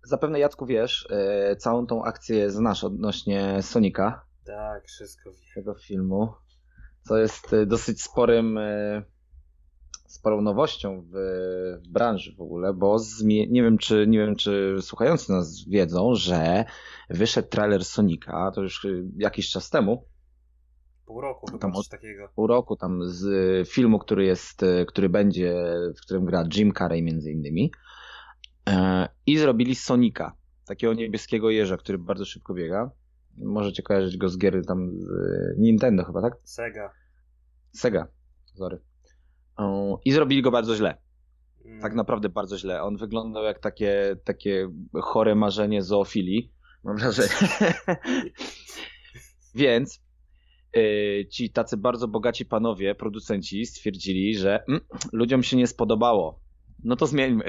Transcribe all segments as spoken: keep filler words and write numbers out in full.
Zapewne, Jacku, wiesz, yy, całą tą akcję znasz odnośnie Sonika, Tak, wszystko wiem. tego filmu, co jest yy, dosyć sporym, yy, sporą nowością w, w branży w ogóle, bo zmie- nie wiem, czy, nie wiem, czy słuchający nas wiedzą, że wyszedł trailer Sonika, to już yy, jakiś czas temu, Pół roku chyba tam coś od takiego. pół roku, tam z y, filmu, który jest, y, który będzie, w którym gra Jim Carrey między innymi. E, I zrobili Sonika, takiego niebieskiego jeża, który bardzo szybko biega. Możecie kojarzyć go z gier tam z y, Nintendo chyba, tak? Sega. Sega, sorry. O, I zrobili go bardzo źle. Mm. Tak naprawdę bardzo źle. On wyglądał jak takie, takie chore marzenie zoofilii. Mam wrażenie. Więc y, ci tacy bardzo bogaci panowie, producenci stwierdzili, że mm, ludziom się nie spodobało. No to zmieńmy.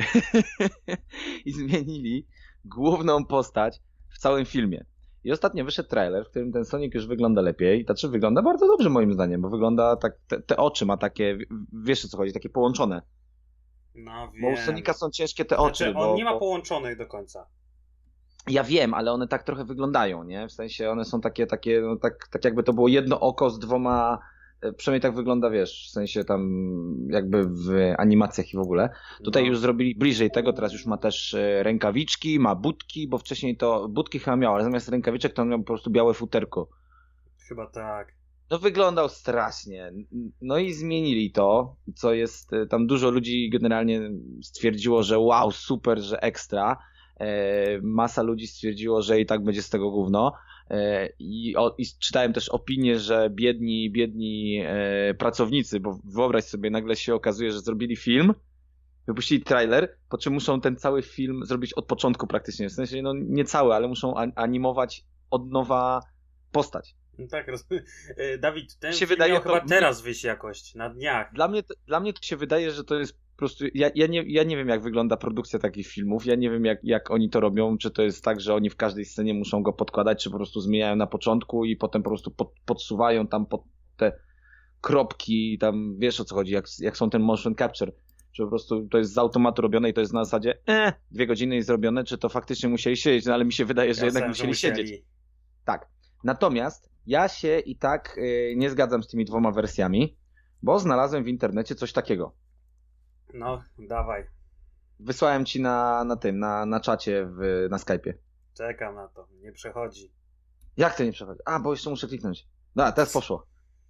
I zmienili główną postać w całym filmie. I ostatnio wyszedł trailer, w którym ten Sonic już wygląda lepiej. Znaczy wygląda bardzo dobrze moim zdaniem, bo wygląda tak, te, te oczy ma takie, wiesz o co chodzi, takie połączone. No Bo u wiem. Sonika są ciężkie te oczy. Znaczy, bo, on nie ma bo... połączonych do końca. Ja wiem, ale one tak trochę wyglądają, nie? W sensie one są takie, takie, no tak, tak jakby to było jedno oko z dwoma, e, przynajmniej tak wygląda, wiesz, w sensie tam jakby w animacjach i w ogóle. Tutaj No. już zrobili bliżej tego, teraz już ma też e, rękawiczki, ma budki, bo wcześniej to, budki chyba miał, ale zamiast rękawiczek to on miał po prostu białe futerko. Chyba tak. No wyglądał strasznie. No i zmienili to, co jest, e, tam dużo ludzi generalnie stwierdziło, że wow, super, że ekstra. E, masa ludzi stwierdziło, że i tak będzie z tego gówno. E, i, o, I czytałem też opinię, że biedni, biedni e, pracownicy, bo wyobraź sobie, nagle się okazuje, że zrobili film, wypuścili trailer, po czym muszą ten cały film zrobić od początku praktycznie. W sensie, no nie cały, ale muszą a- animować od nowa postać. No tak, roz... E, Dawid, ten Się film wydaje miał to- chyba teraz wyjść jakoś, na dniach. Dla mnie, to- dla mnie to się wydaje, że to jest po prostu. Ja, ja, nie, ja nie wiem, jak wygląda produkcja takich filmów. Ja nie wiem, jak, jak oni to robią. Czy to jest tak, że oni w każdej scenie muszą go podkładać, czy po prostu zmieniają na początku i potem po prostu pod, podsuwają tam pod te kropki, tam wiesz o co chodzi, jak, jak są ten motion capture. Czy po prostu to jest z automatu robione i to jest na zasadzie e, dwie godziny jest zrobione, czy to faktycznie musieli siedzieć, no ale mi się wydaje, że Ja jednak sądzę, musieli, musieli siedzieć. Tak. Natomiast ja się i tak y, nie zgadzam z tymi dwoma wersjami, bo znalazłem w internecie coś takiego. No, dawaj. Wysłałem ci na, na tym, na, na czacie w, na Skype'ie. Czekam na to. Nie przechodzi. Jak to nie przechodzi? A, bo jeszcze muszę kliknąć. Da, teraz poszło.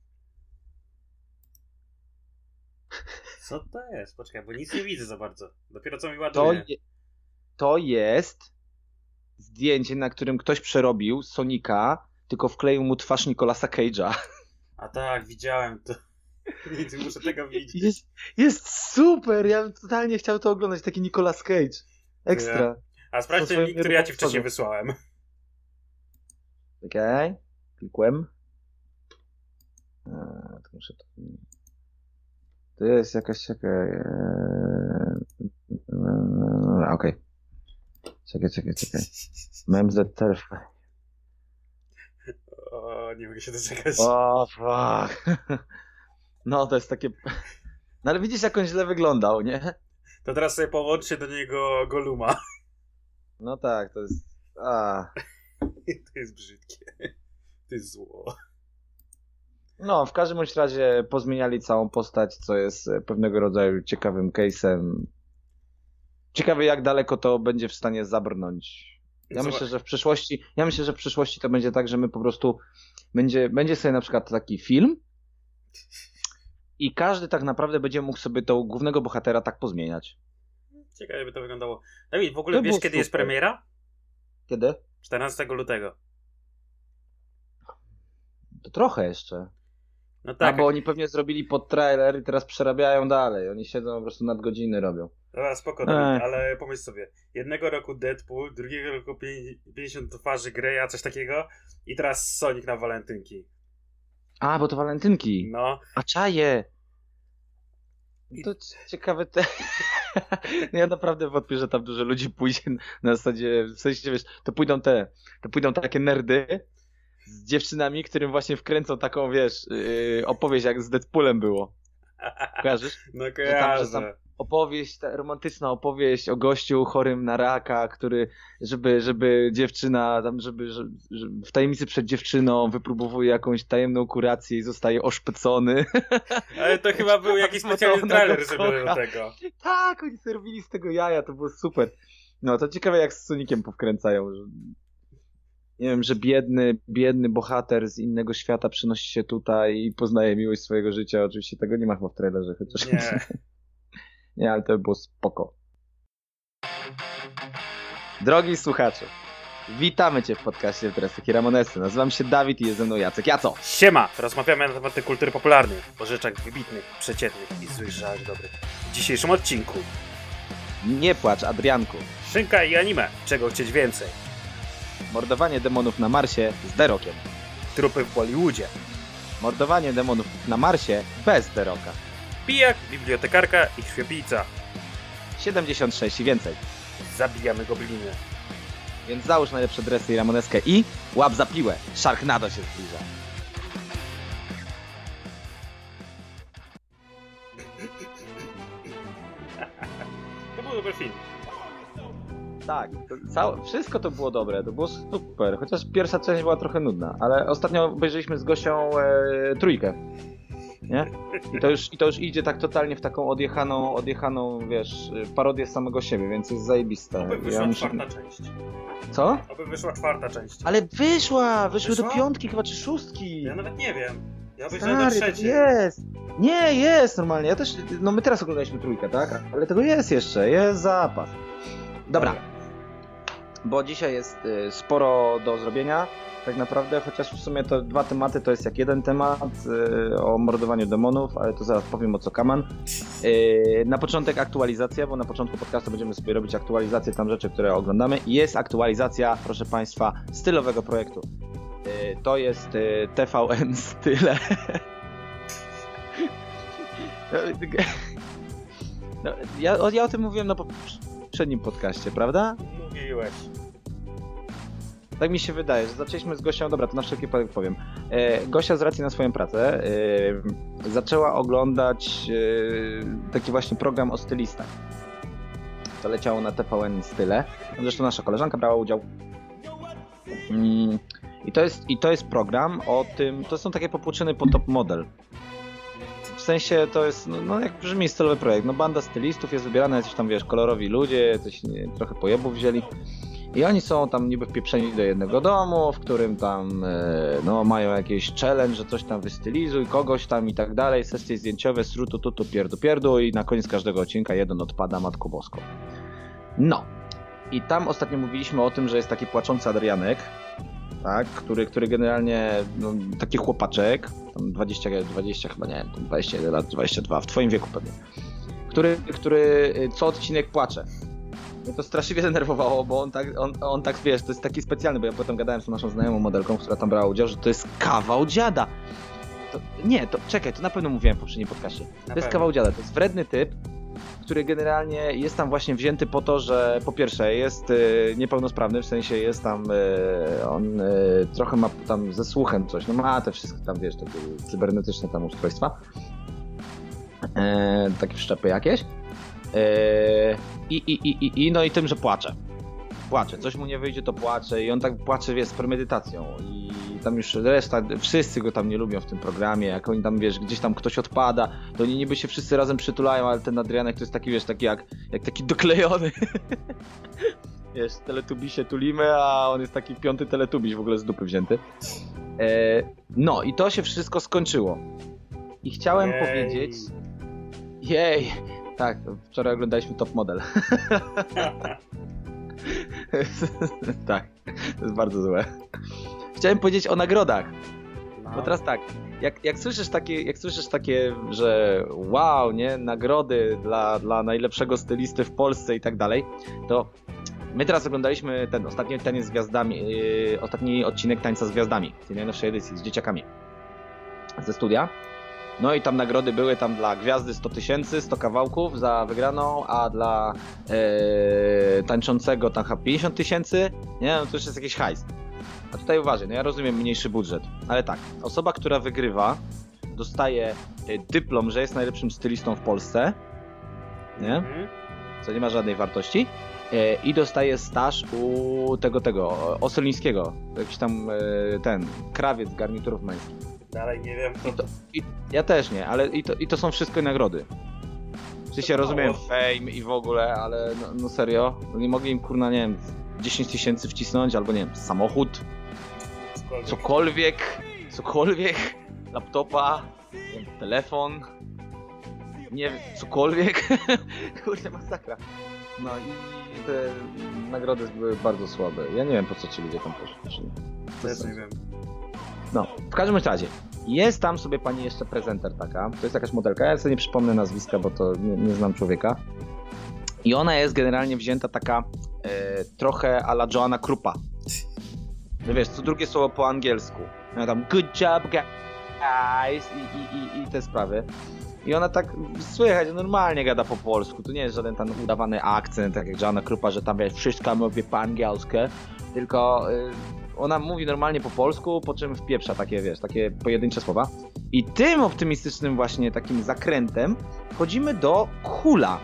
Co to jest? Poczekaj, bo nic nie widzę za bardzo. Dopiero co mi To, ładuje. je, to jest zdjęcie, na którym ktoś przerobił Sonika, tylko wkleił mu twarz Nicolasa Cage'a. A tak, widziałem to. Nic, muszę tego widzieć. Jest, jest super! Ja bym totalnie chciał to oglądać, taki Nicolas Cage. Ekstra. A sprawdź To ten swoje link, który ja ci nie wcześniej powiem. wysłałem. Okej. Okay. Klikłem. Eee, to muszę to... To jest jakaś taka... Eee... Okej. Okay. Czekaj, czekaj, czekaj. Memes that terrify. O, nie mogę się doczekać. O, fuck. No, to jest takie... No ale widzisz, jak on źle wyglądał, nie? To teraz sobie połączcie do niego Goluma. No tak, to jest... A. To jest brzydkie. To jest zło. No, w każdym bądź razie pozmieniali całą postać, co jest pewnego rodzaju ciekawym case'em. Ciekawe, jak daleko to będzie w stanie zabrnąć. Ja Zobacz. myślę, że w przyszłości, ja myślę, że w przyszłości to będzie tak, że my po prostu będzie, będzie sobie na przykład taki film i każdy tak naprawdę będzie mógł sobie tą głównego bohatera tak pozmieniać. Ciekawe by to wyglądało. Dawid, w ogóle To wiesz, było kiedy jest super. premiera? Kiedy? czternastego lutego. To trochę jeszcze. No Tak, tak. bo oni pewnie zrobili pod trailer i teraz przerabiają dalej. Oni siedzą po prostu nadgodziny robią. Dobra, spoko, Dawid, Ech. ale pomyśl sobie. Jednego roku Deadpool, drugiego roku pięćdziesiąt twarzy Greya, coś takiego. I teraz Sonic na walentynki. A, bo to walentynki. No. A czaje. To c- ciekawe te... No ja naprawdę wątpię, że tam dużo ludzi pójdzie na zasadzie, w sensie, wiesz, to pójdą te, to pójdą takie nerdy z dziewczynami, którym właśnie wkręcą taką, wiesz, yy, opowieść jak z Deadpoolem było. Kojarzysz? No Że tam, kojarzę. że tam opowieść, ta romantyczna opowieść o gościu chorym na raka, który, żeby, żeby dziewczyna, tam, żeby, żeby, żeby w tajemnicy przed dziewczyną wypróbowuje jakąś tajemną kurację i zostaje oszpecony. Ale to chyba był jakiś specjalny trailer zrobiony do tego. Tak, oni sobie robili z tego jaja, to było super. No to ciekawe jak z Soniciem powkręcają, że nie wiem, że biedny, biedny bohater z innego świata przynosi się tutaj i poznaje miłość swojego życia. Oczywiście tego nie ma chyba w trailerze, chociaż Nie. nie, ale to by było spoko. Drogi słuchaczu, witamy Cię w podcaście Teraz takie Ramonesy. Nazywam się Dawid i jest ze mną Jacek. Jaco? Siema! Rozmawiamy na temat kultury popularnej, o rzeczach wybitnych, przeciętnych i złych rzeczach dobrych. W dzisiejszym odcinku Nie płacz, Adrianku. szynka i anime. Czego chcieć więcej? Mordowanie demonów na Marsie z The Rockiem. Trupy w Bollywoodzie. Mordowanie demonów na Marsie bez The Rocka. Pijak, bibliotekarka i krwiopijca. siedemdziesiąt sześć i więcej. Zabijamy gobliny. Więc załóż najlepsze dresy i ramoneskę i łap za piłę. Sharknado się zbliża. To był dobry film. Tak, to całe, wszystko to było dobre, to było super, chociaż pierwsza część była trochę nudna, ale ostatnio obejrzeliśmy z Gosią e, trójkę, nie? I to, już, I to już idzie tak totalnie w taką odjechaną, odjechaną, wiesz, parodię samego siebie, więc jest zajebiste. Oby wyszła Ja muszę... czwarta część. Co? Oby wyszła czwarta część. Ale wyszła, wyszły Wyszła? do piątki chyba, czy szóstki. Ja nawet nie wiem. Ja obejrzałem do Stary, to trzeciej. jest! Nie, jest normalnie, ja też, no my teraz oglądaliśmy trójkę, tak? Ale tego jest jeszcze, jest zapas. Dobra. Bo dzisiaj jest y, sporo do zrobienia, tak naprawdę, chociaż w sumie to dwa tematy to jest jak jeden temat y, o mordowaniu demonów, ale to zaraz powiem o co kaman. Y, na początek aktualizacja, bo na początku podcastu będziemy sobie robić aktualizację tam rzeczy, które oglądamy. I jest aktualizacja, proszę Państwa, stylowego projektu. Y, to jest y, T V N Style. No, ja, ja o tym mówiłem na poprzednim podcaście, prawda? Mówiłeś. Tak mi się wydaje, że zaczęliśmy z Gosią, dobra, to na wszelki wypadek powiem. E, Gosia z racji na swoją pracę e, zaczęła oglądać e, taki właśnie program o stylistach. To leciało na T V N Style. Zresztą nasza koleżanka brała udział. Mm, i, to jest, I to jest program o tym, to są takie popłuczyny po top model. W sensie to jest, no, no jak brzmi stylowy projekt, no banda stylistów jest wybierana, jacyś tam, wiesz, kolorowi ludzie, jacyś nie, trochę pojebów wzięli. I oni są tam niby wpieprzeni do jednego domu, w którym tam e, no, mają jakieś challenge, że coś tam wystylizuj, kogoś tam i tak dalej, sesje zdjęciowe, srutu, tutu, pierdu, pierdu i na koniec każdego odcinka jeden odpada, Matko Bosko. No. I tam ostatnio mówiliśmy o tym, że jest taki płaczący Adrianek, tak, który, który generalnie, no, taki chłopaczek, tam dwadzieścia, dwadzieścia chyba, nie wiem, dwadzieścia jeden lat, dwadzieścia dwa, w twoim wieku pewnie, który, który co odcinek płacze. Mnie to straszliwie denerwowało, bo on tak, on, on tak, wiesz, to jest taki specjalny, bo ja potem gadałem z tą naszą znajomą modelką, która tam brała udział, że to jest kawał dziada. To, nie, to czekaj, to na pewno mówiłem w poprzednim podcaście. To jest kawał dziada, to jest wredny typ, który generalnie jest tam właśnie wzięty po to, że po pierwsze jest y, niepełnosprawny, w sensie jest tam, y, on y, trochę ma tam ze słuchem coś, no ma te wszystkie tam, wiesz, takie cybernetyczne tam ustrojstwa, y, takie wszczepy jakieś. I, i, i, i, i no i tym, że płacze. Płacze, coś mu nie wyjdzie, to płacze i on tak płacze, wie, z premedytacją i tam już reszta, wszyscy go tam nie lubią w tym programie, jak oni tam, wiesz, gdzieś tam ktoś odpada, to oni niby się wszyscy razem przytulają, ale ten Adrianek to jest taki, wiesz, taki jak, jak taki doklejony. Wiesz, teletubisie tulimy, a on jest taki piąty teletubiś w ogóle z dupy wzięty. E, no i to się wszystko skończyło. I chciałem Jej. powiedzieć... Jej! Tak, wczoraj oglądaliśmy Top Model. Tak, to jest bardzo złe. Chciałem powiedzieć o nagrodach. No. Bo teraz tak, jak, jak, słyszysz takie, jak słyszysz takie, że wow, nie, nagrody dla, dla najlepszego stylisty w Polsce i tak dalej, to my teraz oglądaliśmy ten ostatni taniec z gwiazdami, yy, ostatni odcinek Tańca z Gwiazdami, tej najnowszej edycji, z dzieciakami ze studia. No i tam nagrody były tam dla gwiazdy sto tysięcy, sto kawałków za wygraną, a dla e, tańczącego tam chyba pięćdziesiąt tysięcy, nie, no to już jest jakiś hajs. A tutaj uważaj, no ja rozumiem mniejszy budżet, ale tak, osoba, która wygrywa, dostaje dyplom, że jest najlepszym stylistą w Polsce nie? Mhm. Co nie ma żadnej wartości. E, I dostaje staż u tego, tego, Osolińskiego. Jakiś tam e, ten, krawiec z garniturów męskich. Dalej nie wiem, kto I to, i, ja też nie, ale i to, i to są wszystko nagrody. W sensie rozumiem fame i w ogóle, ale no, no serio, no nie mogli im kurna, nie wiem, dziesięć tysięcy wcisnąć, albo nie wiem, samochód, cokolwiek. cokolwiek, cokolwiek, laptopa, nie wiem, telefon, nie wiem, cokolwiek, kurde masakra. No i te nagrody były bardzo słabe. Ja nie wiem, po co ci ludzie tam poszli. Też nie wiem. No, w każdym razie, jest tam sobie pani jeszcze prezenter taka, to jest jakaś modelka, ja sobie nie przypomnę nazwiska, bo to nie, nie znam człowieka. I ona jest generalnie wzięta taka e, trochę a la Joanna Kruppa. No wiesz, co drugie słowo po angielsku. No tam good job guys i, i, i, i te sprawy. I ona tak, słychać, normalnie gada po polsku, to nie jest żaden tam udawany akcent, tak jak Joanna Kruppa, że tam wiesz, wszystko mówi po angielsku, tylko y, ona mówi normalnie po polsku, po czym wpieprza takie, wiesz, takie pojedyncze słowa. I tym optymistycznym właśnie takim zakrętem wchodzimy do Hula.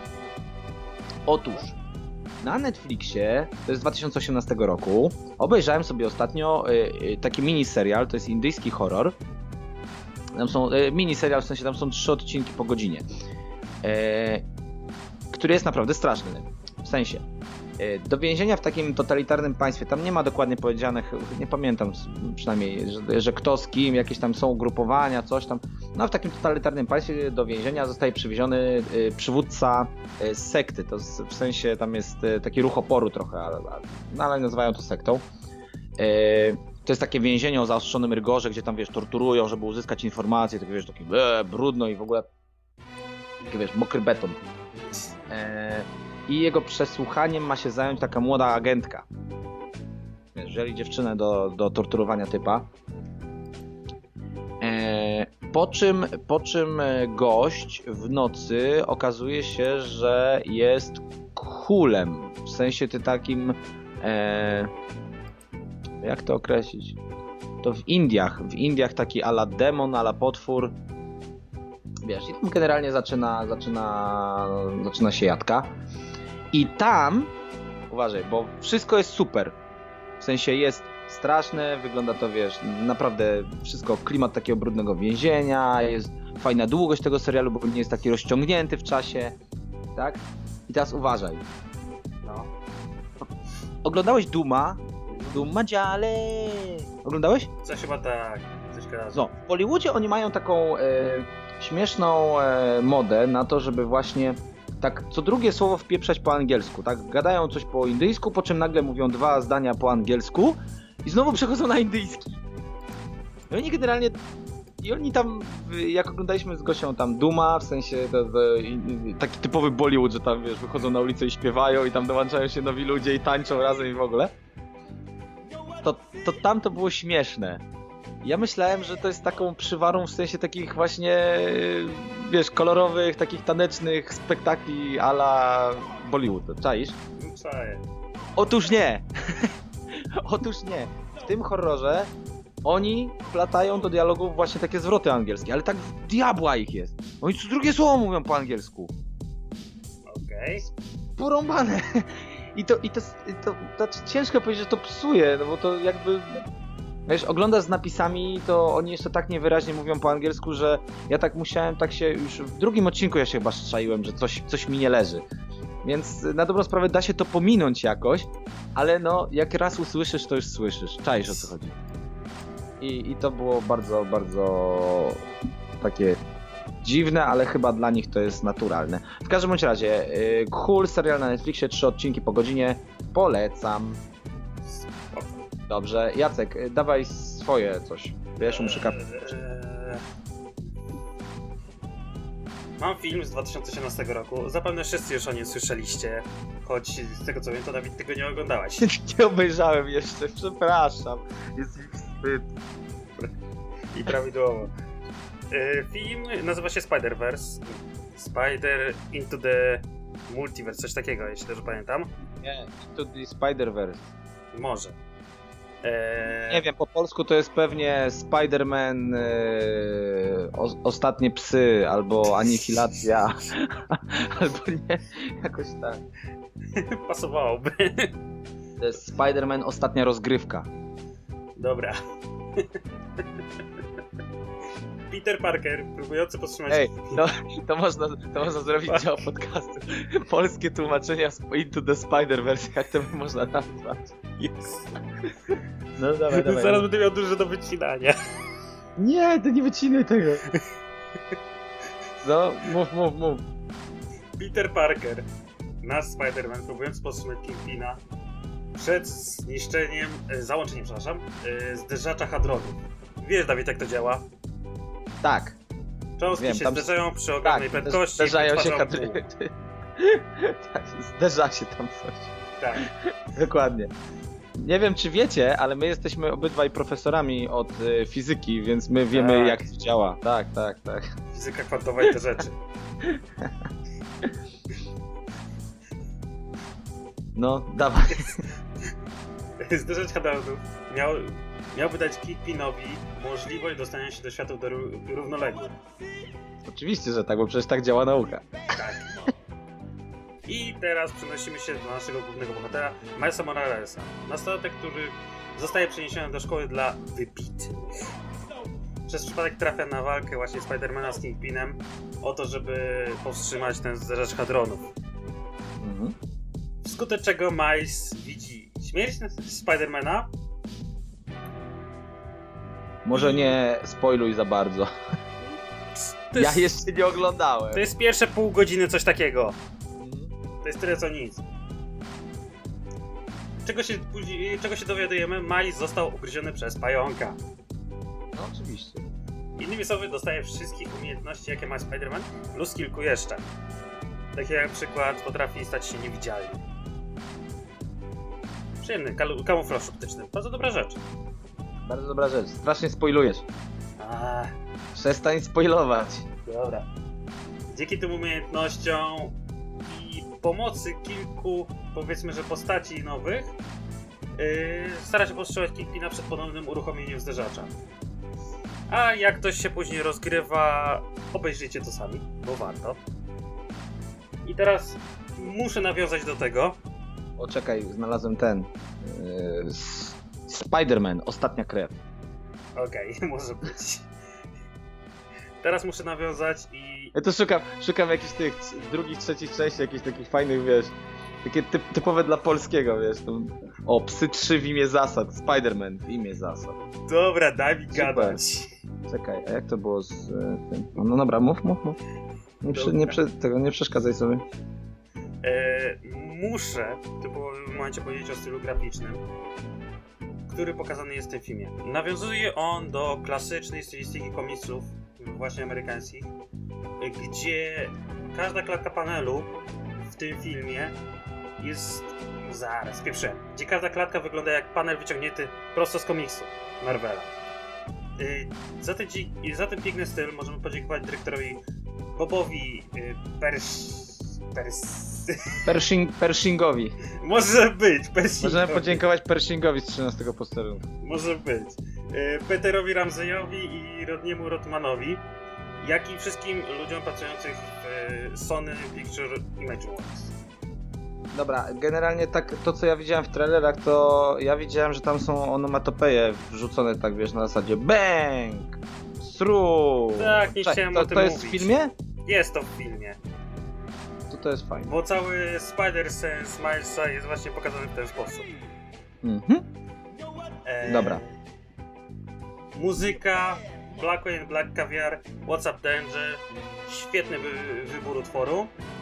Otóż na Netflixie, to jest z dwa tysiące osiemnastego roku, obejrzałem sobie ostatnio y, y, taki mini serial, to jest indyjski horror. Tam są y, mini serial, w sensie tam są trzy odcinki po godzinie, y, który jest naprawdę straszny. W sensie, y, do więzienia w takim totalitarnym państwie, tam nie ma dokładnie powiedzianych, nie pamiętam przynajmniej, że, że kto z kim, jakieś tam są ugrupowania, coś tam. No w takim totalitarnym państwie do więzienia zostaje przywieziony y, przywódca y, sekty, to z, w sensie tam jest y, taki ruch oporu trochę, ale, no, ale nazywają to sektą. Y, to jest takie więzienie o zaostrzonym rygorze, gdzie tam wiesz, torturują, żeby uzyskać informacje, takie wiesz, takie e, brudno i w ogóle taki wiesz, mokry beton. Y, I jego przesłuchaniem ma się zająć taka młoda agentka. Wiesz, wzięli dziewczynę do, do torturowania typa. E, po czym, po czym gość w nocy okazuje się, że jest Hulem. W sensie ty takim... E, jak to określić? To w Indiach. W Indiach taki ala demon, ala potwór. Wiesz, i tam generalnie zaczyna, zaczyna, zaczyna się jadka. I tam... Uważaj, bo wszystko jest super. W sensie jest straszne, wygląda to, wiesz, naprawdę wszystko, klimat takiego brudnego więzienia, jest fajna długość tego serialu, bo nie jest taki rozciągnięty w czasie, tak? I teraz uważaj. No. Oglądałeś Duma? Duma dziale. Oglądałeś? Coś chyba tak. Coś kojarzę. No, w Hollywoodzie oni mają taką e, śmieszną e, modę na to, żeby właśnie tak co drugie słowo wpieprzać po angielsku, tak? Gadają coś po indyjsku, po czym nagle mówią dwa zdania po angielsku i znowu przechodzą na indyjski. I oni generalnie, i oni tam, jak oglądaliśmy z Gosią tam Duma, w sensie to, to, i, i, taki typowy Bollywood, że tam wiesz, wychodzą na ulicę i śpiewają i tam dołączają się nowi ludzie i tańczą razem i w ogóle. To, to tam to było śmieszne. Ja myślałem, że to jest taką przywarą w sensie takich właśnie, wiesz, kolorowych, takich tanecznych spektakli a la Bollywood, czaisz? Czaję. Otóż nie! Otóż nie. W tym horrorze oni wplatają do dialogów właśnie takie zwroty angielskie, ale tak w diabła ich jest. Oni co drugie słowo mówią po angielsku. Okej. Porąbane. I to, i to, i to, to ciężko powiedzieć, że to psuje, no bo to jakby... Wiesz, oglądasz z napisami, to oni jeszcze tak niewyraźnie mówią po angielsku, że ja tak musiałem, tak się już w drugim odcinku ja się chyba strzaiłem, że coś, coś mi nie leży. Więc na dobrą sprawę da się to pominąć jakoś, ale no, jak raz usłyszysz, to już słyszysz. Czaisz, o co chodzi. I, i to było bardzo, bardzo takie dziwne, ale chyba dla nich to jest naturalne. W każdym bądź razie, yy, Cool, serial na Netflixie, trzy odcinki po godzinie, polecam. Dobrze, Jacek, yy, dawaj swoje coś. Wiesz, muszę kap... Eee, Mam film z dwa tysiące osiemnastego roku. Zapewne wszyscy już o nim słyszeliście, choć z tego co wiem, to Dawid tego nie oglądałeś. Nie obejrzałem jeszcze, przepraszam. Jest mi wstyd. I prawidłowo. Eee, Film nazywa się Spider-Verse. Spider into the Multiverse, coś takiego, jeśli dobrze pamiętam. Nie, to the Spider-Verse. Może. Eee... Nie wiem, po polsku to jest pewnie Spider-Man, yy, o, Ostatnie psy, albo Anihilacja, albo nie, jakoś tak. Pasowałoby. To jest Spider-Man Ostatnia rozgrywka. Dobra. Peter Parker, próbujący powstrzymać... Ej, no, to, można, to można zrobić dział podcastu. Polskie tłumaczenia Into the Spider-Verse, jak to można nazwać. Yes. No dawaj, dawaj. Zaraz będę miał dużo do wycinania. Nie, to nie wycinaj tego. No, mów, mów, mów. Peter Parker, nasz Spider-Man, próbując powstrzymać Kingpina przed zniszczeniem, e, załączeniem, przepraszam, e, zderzacza hadronów. Wiesz, Dawid, jak to działa? Tak. Cząstki Wiem, się tam- zderzają przy ogromnej Tak, prędkości. zderzają się wytwarzą kadry. pół. Tak, zderza się tam coś. Tak. Dokładnie. Nie wiem, czy wiecie, ale my jesteśmy obydwaj profesorami od y, fizyki, więc my wiemy, Tak. jak to działa. Tak, tak, tak. Fizyka kwantowa i te rzeczy. No, dawaj. Zderzać hadronów miał, miałby dać Kingpinowi możliwość dostania się do światów do ró- równoległych. Oczywiście, że tak, bo przecież tak działa nauka. Tak. I teraz przenosimy się do naszego głównego bohatera, Milesa Moralesa. Nastolatek, który zostaje przeniesiony do szkoły dla wybitnych. Przez przypadek trafia na walkę właśnie Spidermana z Kingpinem o to, żeby powstrzymać ten zderzacz hadronów. Mhm. Wskutek czego Miles widzi śmierć Spidermana. Może nie spoiluj za bardzo. To Ja jest, jeszcze nie oglądałem. to jest pierwsze pół godziny coś takiego. Mhm. To jest tyle co nic. Czego się, później- czego się dowiadujemy? Miles został ugryziony przez pająka. No oczywiście. Innymi słowy, dostaje wszystkich umiejętności, jakie ma Spider-Man, plus kilku jeszcze. Takie jak na przykład potrafi stać się niewidzialny. Przyjemny, kalu- kamuflaż optyczny. Bardzo dobra rzecz. Bardzo dobra rzecz. Strasznie spoilujesz. A, Przestań spoilować. dobra. Dzięki tym umiejętnościom i pomocy kilku, powiedzmy, że postaci nowych, yy, stara się powstrzymać Kingpina przed ponownym uruchomieniem zderzacza. A jak to się później rozgrywa, obejrzyjcie to sami, bo warto. I teraz muszę nawiązać do tego. O, czekaj, znalazłem ten. Yy, S- Spider-Man, Ostatnia krew. Okej, może być. Teraz muszę nawiązać i... Ja to szukam, szukam jakichś tych c- drugich, trzecich części, jakichś takich fajnych, wiesz, takie typ, typowe dla polskiego, wiesz, tam, o, Psy trzy w imię zasad, Spider-Man w imię zasad. Dobra, daj mi Super. gadać. Czekaj, a jak to było z y, tym? No dobra, mów, mów, mów. Nie, prze, nie, prze, tego, nie przeszkadzaj sobie. E, muszę w tym momencie powiedzieć o stylu graficznym, który pokazany jest w tym filmie. Nawiązuje on do klasycznej stylistyki komiksów, właśnie amerykańskich, gdzie każda klatka panelu w tym filmie jest... Zaraz, pieprzę. Gdzie każda klatka wygląda jak panel wyciągnięty prosto z komiksu Marvela. Yy, za, ten, dzi- za ten piękny styl możemy podziękować dyrektorowi Bobowi yy, Pers... Pers... Pershing, Pershingowi. Może być, Persingowi. Możemy podziękować Pershingowi z trzynastego posterunku. Może być. Yy, Peterowi Ramseyowi i Rodniemu Rodmanowi, jak i wszystkim ludziom pracujących w yy, Sony Picture Imageworks. Dobra, generalnie tak, to co ja widziałem w trailerach, to ja widziałem, że tam są onomatopeje wrzucone tak, wiesz, na zasadzie BANG! Sru! Tak, nie Czekaj, chciałem to, o tym to jest w mówić. filmie? Jest to w filmie. To to jest fajne. Bo cały Spider-Sense Milesa jest właśnie pokazany w ten sposób. Mhm. Eee, Dobra. Muzyka, Black Wayne, Black Caviar, What's Up Danger, świetny wy- wybór utworu.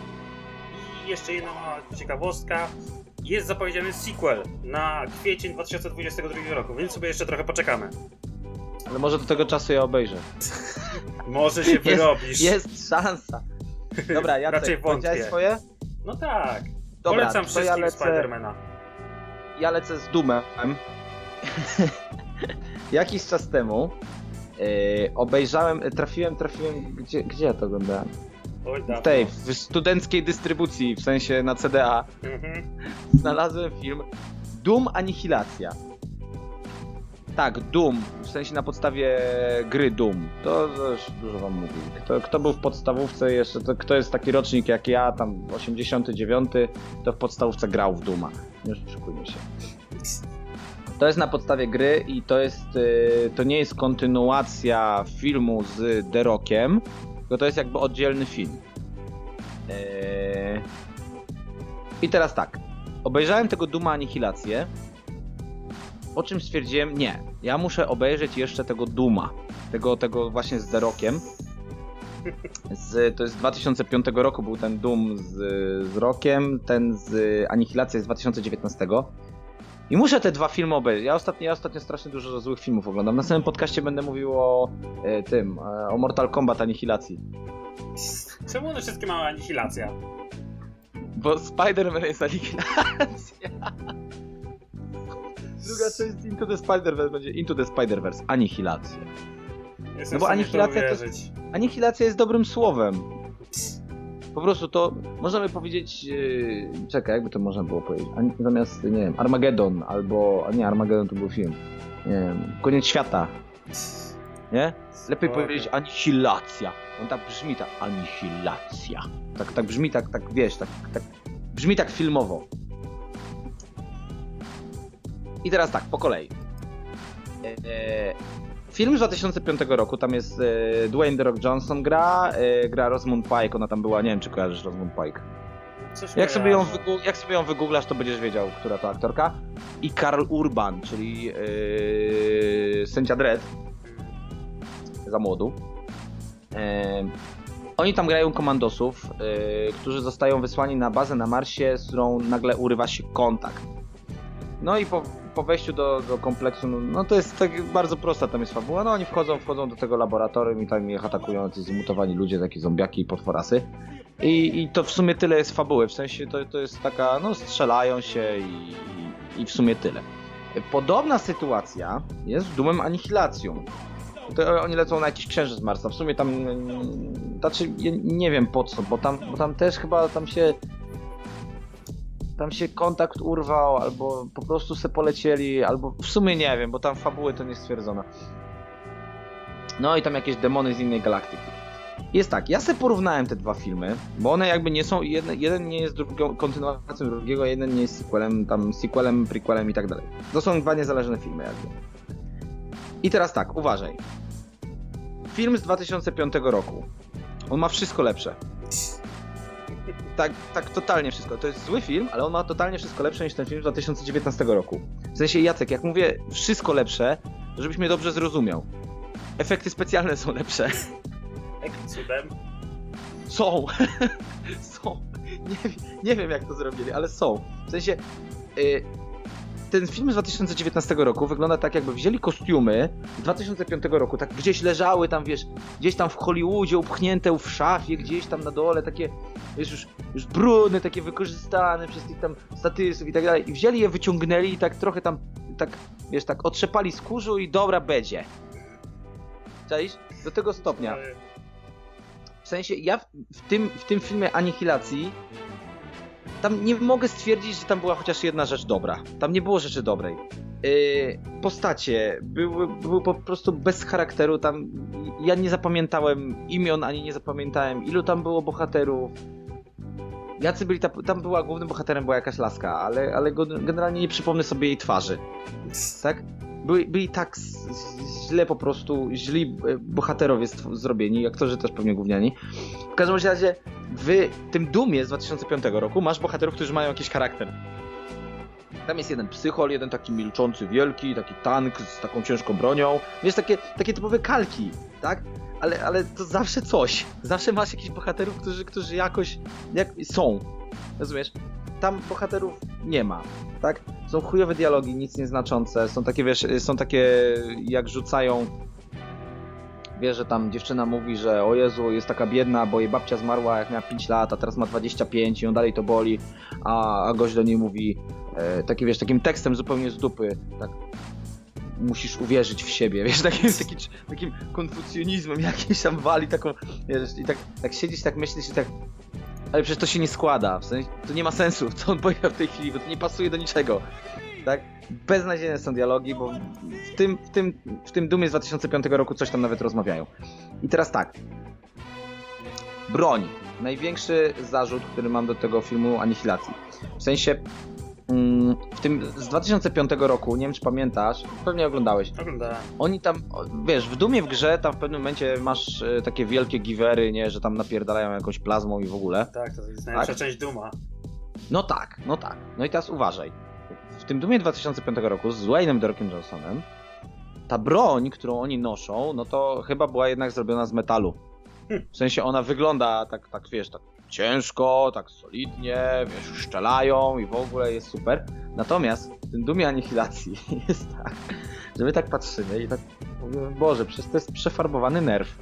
I jeszcze jedna mała ciekawostka. Jest zapowiedziany sequel na kwiecień dwa tysiące dwudziestego drugiego roku, więc sobie jeszcze trochę poczekamy. Ale może do tego czasu ja obejrzę. Może się wyrobisz. Jest szansa. Dobra, Jacek, Raczej powiedziałeś wątpię. swoje? No tak. Dobra, Polecam to wszystkim ja lecę, Spidermana. ja lecę z Doomem. Jakiś czas temu yy, obejrzałem, trafiłem, trafiłem, gdzie, gdzie ja to oglądałem? Oj, W dawno. tej, w studenckiej dystrybucji, w sensie na C D A. Mhm. Znalazłem film Doom Anihilacja. Tak, Doom, w sensie na podstawie gry Doom. To, to już dużo wam mówi. Kto, kto był w podstawówce jeszcze, to kto jest taki rocznik jak ja, tam osiemdziesiąty dziewiąty, to w podstawówce grał w Dooma. Już oszukujmy się. To jest na podstawie gry i to jest, to nie jest kontynuacja filmu z The Rockiem, tylko to jest jakby oddzielny film. I teraz tak, obejrzałem tego Dooma Anihilację, po czym stwierdziłem, nie, ja muszę obejrzeć jeszcze tego Dooma, tego, tego właśnie z The Rockiem. Z, to jest z dwa tysiące piątego roku był ten Doom z, z Rockiem, ten z Anihilacja z dwa tysiące dziewiętnastego. I muszę te dwa filmy obejrzeć. Ja ostatnio, ja ostatnio strasznie dużo złych filmów oglądam. Na samym podcaście będę mówił o e, tym, e, o Mortal Kombat Anihilacji. Czemu one wszystkie mają anihilacja? Bo Spider-Man jest Anihilacja. Druga część Into the Spider-Verse będzie Into the Spider-Verse Anihilacja. Jestem No bo w stanie anihilacja to to, uwierzyć. anihilacja jest dobrym słowem. Po prostu to możemy powiedzieć, yy, czekaj, jakby to można było powiedzieć, Ani, zamiast, nie wiem, Armageddon albo, a nie, Armageddon to był film, nie wiem, Koniec Świata, nie? Lepiej Spoko. powiedzieć anihilacja, on tak brzmi, tak, anihilacja, tak, tak brzmi, tak, tak, wiesz, tak, tak, brzmi tak filmowo. I teraz tak, po kolei. Eee, Film z dwa tysiące piątego roku, tam jest e, Dwayne The Rock Johnson gra, e, gra Rosamund Pike, ona tam była, nie wiem czy kojarzysz Rosamund Pike. Coś Jak sobie, ją kojarzę. wygu- jak sobie ją wygooglasz, to będziesz wiedział, która to aktorka. I Karl Urban, czyli e, sędzia Dredd, za młodu. E, oni tam grają komandosów, e, którzy zostają wysłani na bazę na Marsie, z którą nagle urywa się kontakt. No i po, po wejściu do, do kompleksu, no, no to jest tak bardzo prosta tam jest fabuła, no oni wchodzą, wchodzą do tego laboratorium i tam ich atakują jacyś zmutowani ludzie, takie zombiaki i potworasy. I, I to w sumie tyle jest fabuły, w sensie to, to jest taka, no strzelają się i, i, i w sumie tyle. Podobna sytuacja jest z Doomem Anihilacją. To oni lecą na jakiś księżyc Marsa, w sumie tam, znaczy ja nie wiem po co, bo tam, bo tam też chyba tam się tam się kontakt urwał, albo po prostu se polecieli, albo w sumie nie wiem, bo tam fabuły to nie stwierdzono. No i tam jakieś demony z innej galaktyki. Jest tak, ja se porównałem te dwa filmy, bo one jakby nie są, jeden, jeden nie jest drugą, kontynuacją drugiego, a jeden nie jest sequelem, tam sequelem, prequelem i tak dalej. To są dwa niezależne filmy jakby. I teraz tak, uważaj. Film z dwa tysiące piątego roku. On ma wszystko lepsze. Tak, tak totalnie wszystko. To jest zły film, ale on ma totalnie wszystko lepsze niż ten film z dwa tysiące dziewiętnastego roku. W sensie, Jacek, jak mówię wszystko lepsze, to żebyś mnie dobrze zrozumiał. Efekty specjalne są lepsze. Jakim cudem? Są. Są. Nie, nie wiem jak to zrobili, ale są. W sensie, y, ten film z dwa tysiące dziewiętnastego roku wygląda tak, jakby wzięli kostiumy z dwa tysiące piątego roku, tak gdzieś leżały tam, wiesz, gdzieś tam w Hollywoodzie upchnięte w szafie, gdzieś tam na dole, takie, wiesz, już, już brudne, takie wykorzystane przez tych tam statystów i tak dalej. I wzięli je, wyciągnęli i tak trochę tam, tak, wiesz, tak otrzepali z kurzu i dobra będzie. Czaisz? Do tego stopnia. W sensie, ja w, w, tym, w tym filmie Anihilacji tam nie mogę stwierdzić, że tam była chociaż jedna rzecz dobra. Tam nie było rzeczy dobrej. Yy, postacie były, były po prostu bez charakteru. Tam ja nie zapamiętałem imion, ani nie zapamiętałem ilu tam było bohaterów. Jacy byli, ta, tam była głównym bohaterem była jakaś laska, ale, ale go, generalnie nie przypomnę sobie jej twarzy. Tak? Byli, byli tak z, z, źle po prostu, źli bohaterowie stw- zrobieni, aktorzy też pewnie gówniani. W każdym razie w tym Doomie z dwa tysiące piątego roku masz bohaterów, którzy mają jakiś charakter. Tam jest jeden psychol, jeden taki milczący, wielki, taki tank z taką ciężką bronią. Wiesz, takie, takie typowe kalki, tak? Ale, ale to zawsze coś. Zawsze masz jakichś bohaterów, którzy, którzy jakoś jak, są. Rozumiesz? Tam bohaterów nie ma, tak? Są chujowe dialogi, nic nieznaczące. Są takie, wiesz, są takie jak rzucają. Wiesz, że tam dziewczyna mówi, że o Jezu, jest taka biedna, bo jej babcia zmarła jak miała pięć lat, a teraz ma dwadzieścia pięć i ją dalej to boli, a, a gość do niej mówi e, taki, wiesz, takim tekstem zupełnie z dupy, tak, musisz uwierzyć w siebie, wiesz, takim, takim, takim konfucjonizmem jakimś tam wali, taką, wiesz, i tak, tak siedzisz, tak myślisz i tak, ale przecież to się nie składa, w sensie, to nie ma sensu, co on powiedział w tej chwili, bo to nie pasuje do niczego. tak? Beznadziejne są dialogi, bo w tym, w tym, w tym Doomie z dwa tysiące piątego roku coś tam nawet rozmawiają. I teraz tak. Broń. Największy zarzut, który mam do tego filmu Anihilacji. W sensie mm, w tym z dwa tysiące piątego roku, nie wiem czy pamiętasz, pewnie oglądałeś. Oglądałem. Oni tam, wiesz, w Doomie w grze tam w pewnym momencie masz e, takie wielkie giwery, nie, że tam napierdalają jakąś plazmą i w ogóle. Tak, to jest najlepsza Tak? część Duma. No tak, no tak. No i teraz uważaj. W tym Doomie dwa tysiące piątego roku z Wayne'em The Rockiem Johnsonem ta broń, którą oni noszą, no to chyba była jednak zrobiona z metalu. W sensie ona wygląda tak, tak wiesz, tak ciężko, tak solidnie, wiesz, szczelają i w ogóle jest super. Natomiast w tym Doomie Anihilacji jest tak, że my tak patrzymy i tak mówimy, Boże, przecież to jest przefarbowany nerw.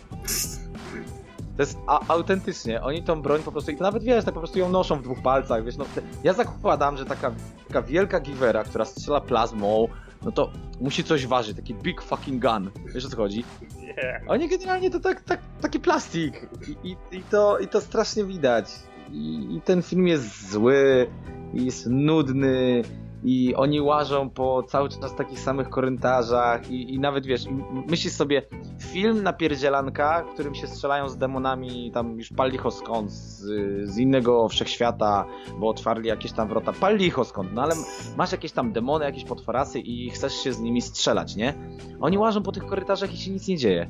To jest a, autentycznie, oni tą broń po prostu, i to nawet wiesz, tak po prostu ją noszą w dwóch palcach, wiesz, no ja zakładam, że taka, taka wielka givera, która strzela plazmą, no to musi coś ważyć, taki big fucking gun, wiesz o co chodzi? Nie. Oni generalnie to tak, tak, taki plastik I, i, i, to, i to strasznie widać. I, I ten film jest zły, i jest nudny i oni łażą po cały czas w takich samych korytarzach i, i nawet wiesz, myślisz sobie, film napierdzielanka, w którym się strzelają z demonami tam już pal licho skąd, z, z innego wszechświata, bo otwarli jakieś tam wrota, pal licho skąd, no ale masz jakieś tam demony, jakieś potworasy i chcesz się z nimi strzelać, nie? Oni łażą po tych korytarzach i się nic nie dzieje.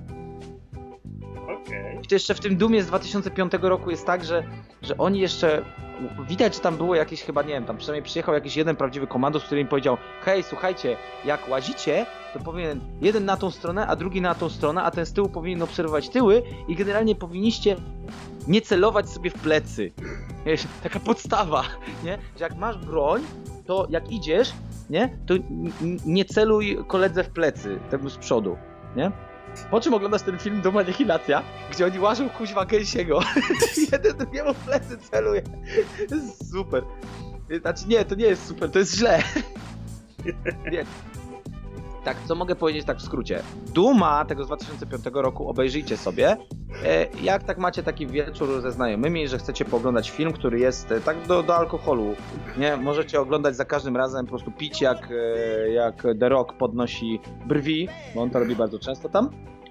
Okej. I to jeszcze w tym Doomie z dwa tysiące piątego roku jest tak, że, że oni jeszcze, widać, że tam było jakieś chyba, nie wiem, tam przynajmniej przyjechał jakiś jeden prawdziwy komandos, który im powiedział, hej, słuchajcie, jak łazicie, to powinien jeden na tą stronę, a drugi na tą stronę, a ten z tyłu powinien obserwować tyły i generalnie powinniście nie celować sobie w plecy. Wiesz, taka podstawa, nie? Że jak masz broń, to jak idziesz, nie? To n- n- nie celuj koledze w plecy, temu z przodu, nie? Po czym oglądasz ten film Doom Anihilacja, gdzie oni łażą kuźwa gęsiego. Jeden drugiemu w plecy celuje. To jest super. Znaczy nie, to nie jest super, to jest źle. Nie. Tak, co mogę powiedzieć tak w skrócie. Duma tego z dwa tysiące piątego roku obejrzyjcie sobie. E, jak tak macie taki wieczór ze znajomymi, że chcecie pooglądać film, który jest e, tak do, do alkoholu, nie? Możecie oglądać za każdym razem, po prostu pić jak, e, jak The Rock podnosi brwi, bo on to robi bardzo często tam.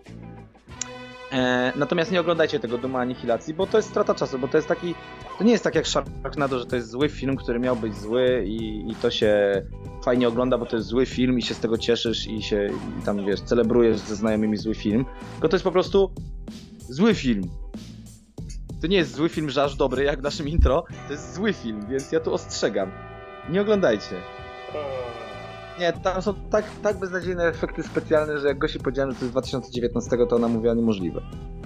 E, natomiast nie oglądajcie tego Duma Anihilacji, bo to jest strata czasu, bo to jest taki, to nie jest tak jak Sharknado, że to jest zły film, który miał być zły i, i to się fajnie ogląda, bo to jest zły film i się z tego cieszysz i się i tam, wiesz, celebrujesz ze znajomymi zły film, tylko to jest po prostu zły film. To nie jest zły film, że aż dobry, jak w naszym intro, to jest zły film, więc ja tu ostrzegam. Nie oglądajcie. Nie, tam są tak, tak beznadziejne efekty specjalne, że jak Gosi powiedziałem, że to jest z dwa tysiące dziewiętnastego, to ona mówiła niemożliwe.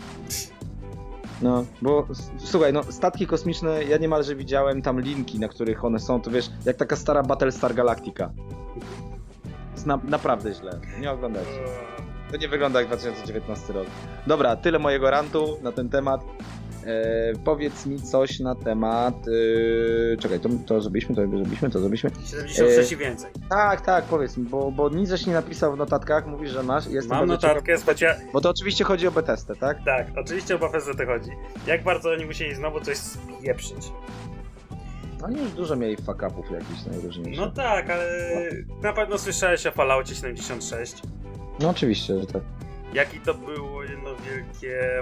No, bo s- słuchaj, no statki kosmiczne, ja niemalże widziałem tam linki, na których one są, to wiesz, jak taka stara Battlestar Galactica. Jest na, naprawdę źle, nie oglądajcie. To nie wygląda jak dwa tysiące dziewiętnasty rok. Dobra, tyle mojego rantu na ten temat. E, powiedz mi coś na temat... E, czekaj, to, to zrobiliśmy, to zrobiliśmy, to zrobiliśmy. siedemdziesiąt sześć i więcej. Tak, tak, powiedz mi, bo, bo nic żeś nie napisał w notatkach, mówisz, że masz. Jestem Mam bardzo notatkę, ciekaw, specjalnie. bo to oczywiście chodzi o Bethesdę, tak? Tak, oczywiście o Bethesdę to chodzi. Jak bardzo oni musieli znowu coś spieprzyć. Oni już dużo mieli fuck-upów jakichś najróżniejszych. No tak, ale na pewno słyszałeś o Falloutie siedemdziesiąt sześć. No oczywiście, że tak. Jaki to było jedno wielkie...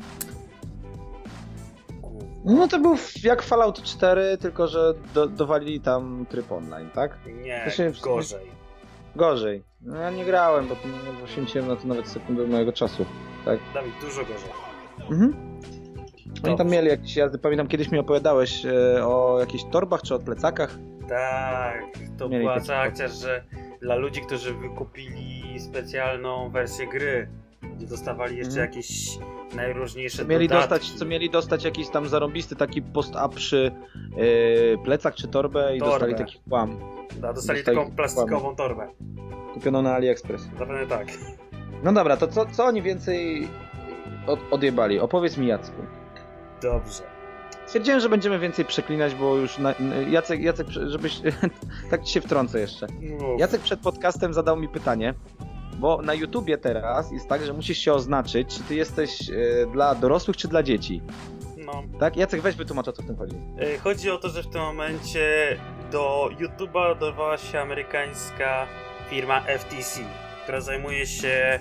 No to był jak Fallout cztery, tylko że do, dowalili tam tryb online, tak? Nie, To się- gorzej. Gorzej. No ja nie grałem, bo to nie poświęciłem na to nawet sekundę mojego czasu. Dawid, dużo gorzej. Mhm. Oni tam Dobrze. mieli jakieś jazdy, pamiętam kiedyś mi opowiadałeś e, o jakichś torbach czy o plecakach. Tak, to Mieli była taki cała sposób. akcja, że dla ludzi, którzy wykupili specjalną wersję gry, gdzie dostawali jeszcze Mhm. jakieś najróżniejsze Mieli dodatki. dostać, co mieli dostać jakiś tam zarąbisty taki post-upszy e, plecak czy torbę i Torbę. dostali taki kłam Da, dostali dostali taką plastikową torbę. kupioną na AliExpress. Zapewne tak. No dobra, to co, co oni więcej od, odjebali? Opowiedz mi, Jacku. Dobrze. Stwierdziłem, że będziemy więcej przeklinać, bo już na, Jacek, Jacek, żebyś tak ci się wtrącę jeszcze. Mów. Jacek przed podcastem zadał mi pytanie, bo na YouTubie teraz jest tak, że musisz się oznaczyć, czy ty jesteś e, dla dorosłych, czy dla dzieci. No. Tak? Jacek, weź wytłumacz, o co w tym chodzi. E, Chodzi o to, że w tym momencie do YouTube'a dorwała się amerykańska firma F T C, która zajmuje się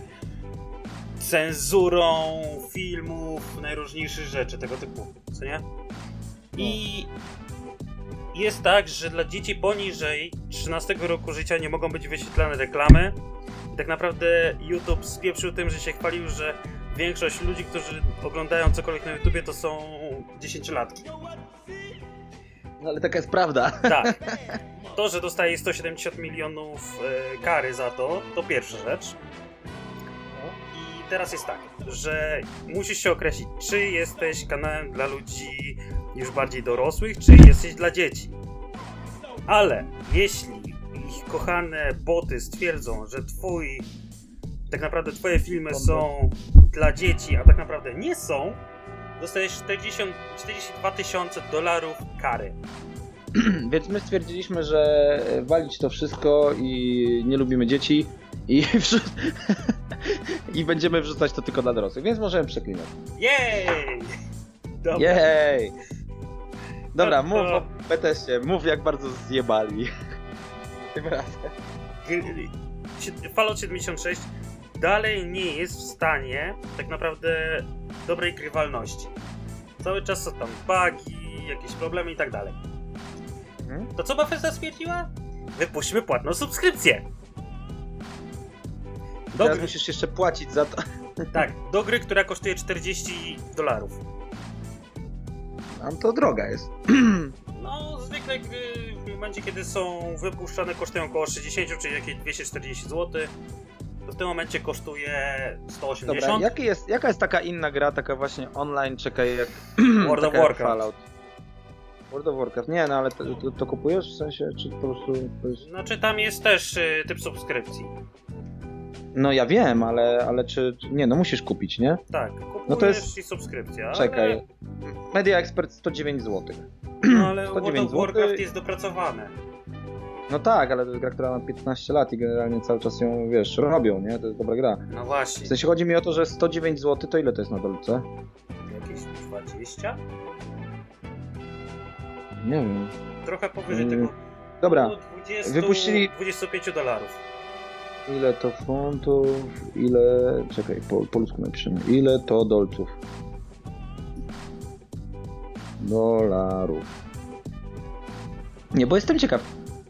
cenzurą filmów, najróżniejszych rzeczy tego typu, co nie? I jest tak, że dla dzieci poniżej trzynastego roku życia nie mogą być wyświetlane reklamy. I tak naprawdę YouTube spieprzył tym, że się chwalił, że większość ludzi, którzy oglądają cokolwiek na YouTubie, to są dziesięciolatki. No ale taka jest prawda. Tak. To, że dostaje sto siedemdziesiąt milionów e, kary za to, to pierwsza rzecz. I teraz jest tak, że musisz się określić, czy jesteś kanałem dla ludzi już bardziej dorosłych, czy jesteś dla dzieci. Ale jeśli ich kochane boty stwierdzą, że twój, tak naprawdę twoje filmy są dla dzieci, a tak naprawdę nie są, dostajesz czterdzieści, czterdzieści dwa tysiące dolarów kary. Więc my stwierdziliśmy, że walić to wszystko i nie lubimy dzieci i, wrzu- i będziemy wrzucać to tylko dla dorosłych, więc możemy przeklinać. Jej! Dobra. Jej! Dobra, No mów to- o P T S ie, mów jak bardzo zjebali. Tym razem. Gr- Fallout siedemdziesiąt sześć dalej nie jest w stanie tak naprawdę dobrej grywalności. Cały czas są tam bugi, jakieś problemy i tak dalej. Mhm. To co Bethesda stwierdziła? Wypuśćmy płatną subskrypcję. Do Teraz gry, musisz jeszcze płacić za to. tak, do gry, która kosztuje czterdzieści dolarów. Tam to droga jest. No, zwykle gry w momencie, kiedy są wypuszczane, kosztują około sześćdziesiąt, czyli jakieś dwieście czterdzieści złotych. To w tym momencie kosztuje sto Dobra, osiemdziesiąt. jaki jest, jaka jest taka inna gra, taka właśnie online, czekaj jak... World of taka jak Warcraft. Fallout. World of Warcraft, nie no ale to, to, to kupujesz w sensie, czy po prostu... To jest... Znaczy tam jest też y, typ subskrypcji. No ja wiem, ale, ale czy... Nie no musisz kupić, nie? Tak, kupujesz No to jest- i subskrypcja. Czekaj. Ale, Media Expert sto dziewięć złotych. no, ale sto World dziewięć of Warcraft złotych. jest dopracowane. No tak, ale to jest gra, która ma piętnaście lat i generalnie cały czas ją, wiesz, robią, nie? To jest dobra gra. No właśnie. W sensie chodzi mi o to, że sto dziewięć złotych to ile to jest na dolce? Jakieś dwadzieścia? Nie wiem. Trochę powyżej Mm, tego. Dobra, Około dwadzieścia, wypuścili- dwadzieścia pięć dolarów. ile to funtów, ile... Czekaj, po, po ludzku napiszemy. Ile to dolców? Dolarów. Nie, bo jestem ciekaw.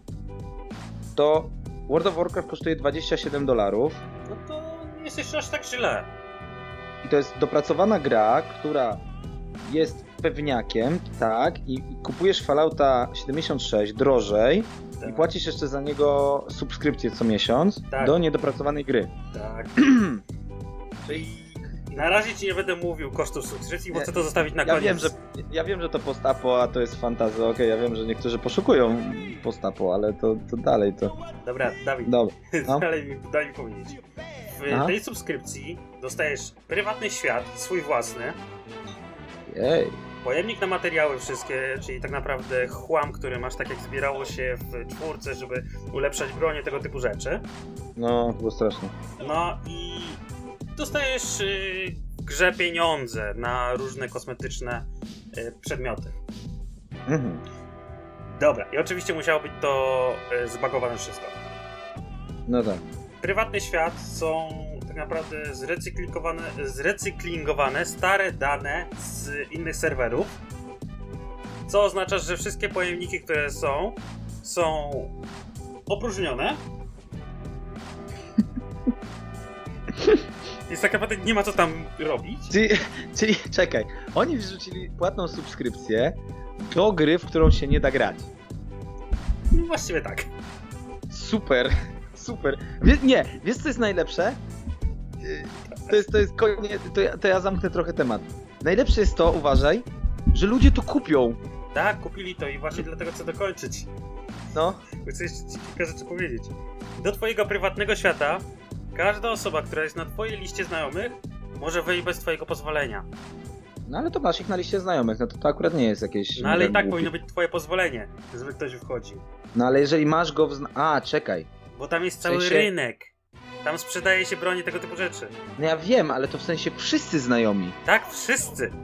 To World of Warcraft kosztuje dwadzieścia siedem dolarów No to nie jest jeszcze aż tak źle. i to jest dopracowana gra, która jest pewniakiem, tak, i, i kupujesz Fallouta siedemdziesiąt sześć drożej Tak, i płacisz jeszcze za niego subskrypcję co miesiąc Tak. do niedopracowanej gry. tak. Czyli na razie ci nie będę mówił kosztów subskrypcji, bo Nie, chcę to zostawić na Ja koniec. wiem, że, ja wiem, że to post-apo, a to jest fantasy, okej, ja wiem, że niektórzy poszukują post-apo, ale to, to dalej to... Dobra, Dawid, Dobra, no. dalej mi, daj mi powiedzieć. W Aha. tej subskrypcji dostajesz prywatny świat, swój własny, Jej. pojemnik na materiały wszystkie, czyli tak naprawdę chłam, który masz, tak jak zbierało się w czwórce, żeby ulepszać bronię, tego typu rzeczy. No, to było straszne. No i dostajesz y, w grze pieniądze na różne kosmetyczne y, przedmioty. Mhm. Dobra, i oczywiście musiało być to y, zbagowane wszystko. No tak. Prywatny świat są tak naprawdę zrecyklingowane, zrecyklingowane stare dane z innych serwerów, co oznacza, że wszystkie pojemniki, które są, są opróżnione. Więc tak naprawdę nie ma co tam robić. Czyli, czyli czekaj, oni wrzucili płatną subskrypcję do gry, w którą się nie da grać. No właściwie tak. Super, super. Wie, nie, wiesz co jest najlepsze? Yy, To jest, to jest koniec, to ja, to ja zamknę trochę temat. Najlepsze jest to, uważaj, że ludzie to kupią. Tak, kupili to i właśnie dlatego chcę dokończyć. No, Bo chcę jeszcze ci kilka rzeczy powiedzieć. Do twojego prywatnego świata każda osoba, która jest na twojej liście znajomych, może wejść bez twojego pozwolenia. no ale to masz ich na liście znajomych, no to to akurat nie jest jakieś... No ale i mega tak głupie. powinno być twoje pozwolenie, żeby ktoś wchodził. No ale jeżeli masz go w... Zna- A, czekaj. Bo tam jest W cały sensie- rynek. Tam sprzedaje się broni, tego typu rzeczy. No ja wiem, ale to w sensie wszyscy znajomi. Tak, wszyscy.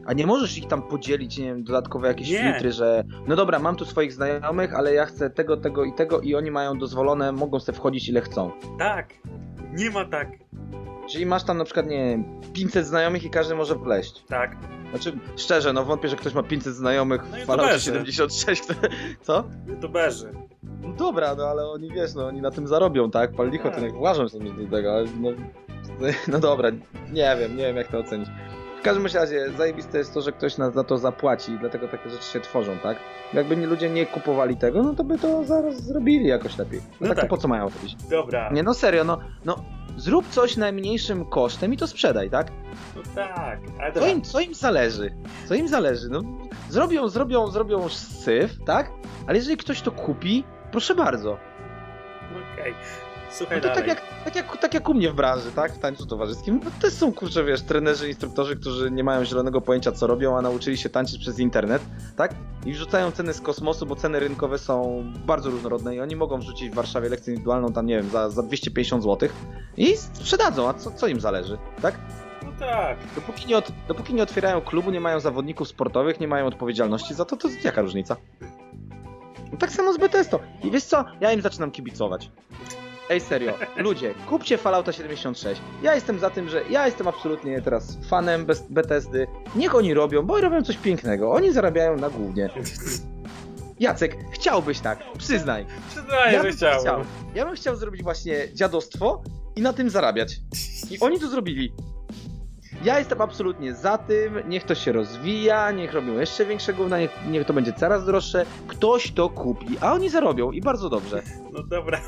A nie możesz ich tam podzielić, nie wiem, dodatkowe jakieś Nie. filtry, że no dobra, mam tu swoich znajomych, ale ja chcę tego, tego i tego i oni mają dozwolone, mogą sobie wchodzić ile chcą. Tak, nie ma tak. Czyli masz tam na przykład, nie wiem, pięćset znajomych i każdy może wleść. Tak. Znaczy, szczerze, no wątpię, że ktoś ma pięćset znajomych No i w to Falloutie beży. siedemdziesiąt sześć, które... Co? YouTuberzy. No dobra, no ale oni, wiesz, no oni na tym zarobią, tak? Pal licho, to Tak. niech uważam sobie do tego, ale no... No dobra, nie wiem, nie wiem jak to ocenić. W każdym razie, zajebiste jest to, że ktoś nas za to zapłaci i dlatego takie rzeczy się tworzą, tak? Jakby nie, ludzie nie kupowali tego, no to by to zaraz zrobili jakoś lepiej. No, No tak, tak. to po co mają robić? Dobra. Nie, no serio, no, no zrób coś najmniejszym kosztem i to sprzedaj, tak? No tak. Ale Co dobra. im, co im zależy? Co im zależy? No, zrobią, zrobią, zrobią syf, tak? Ale jeżeli ktoś to kupi, proszę bardzo. Okej. Słuchaj No to dalej. tak jak, tak, jak, tak jak u mnie w branży, tak? W tańcu towarzyskim. No też są, kurczę, wiesz, trenerzy, instruktorzy, którzy nie mają zielonego pojęcia, co robią, a nauczyli się tańczyć przez internet, tak? I wrzucają ceny z kosmosu, bo ceny rynkowe są bardzo różnorodne i oni mogą wrzucić w Warszawie lekcję indywidualną tam, nie wiem, za, za dwieście pięćdziesiąt złotych i sprzedadzą, a co, co im zależy, tak? No tak. Dopóki nie, od, dopóki nie otwierają klubu, nie mają zawodników sportowych, nie mają odpowiedzialności za to, to jaka różnica? No tak samo z Bethesdą. I wiesz co? Ja im zaczynam kibicować. Ej, serio, ludzie, kupcie Fallouta siedemdziesiąt sześć. Ja jestem za tym, że ja jestem absolutnie teraz fanem Bez- Bethesdy. Niech oni robią, bo oni robią coś pięknego. Oni zarabiają na głównie. Jacek, chciałbyś tak, przyznaj. Przyznaję, Ja że bym chciałem. chciał. Ja bym chciał zrobić właśnie dziadostwo i na tym zarabiać. I oni to zrobili. Ja jestem absolutnie za tym, niech to się rozwija, niech robią jeszcze większe gówna, niech, niech to będzie coraz droższe. Ktoś to kupi, a oni zarobią i bardzo dobrze. No dobra.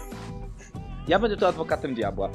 Ja będę tu adwokatem diabła.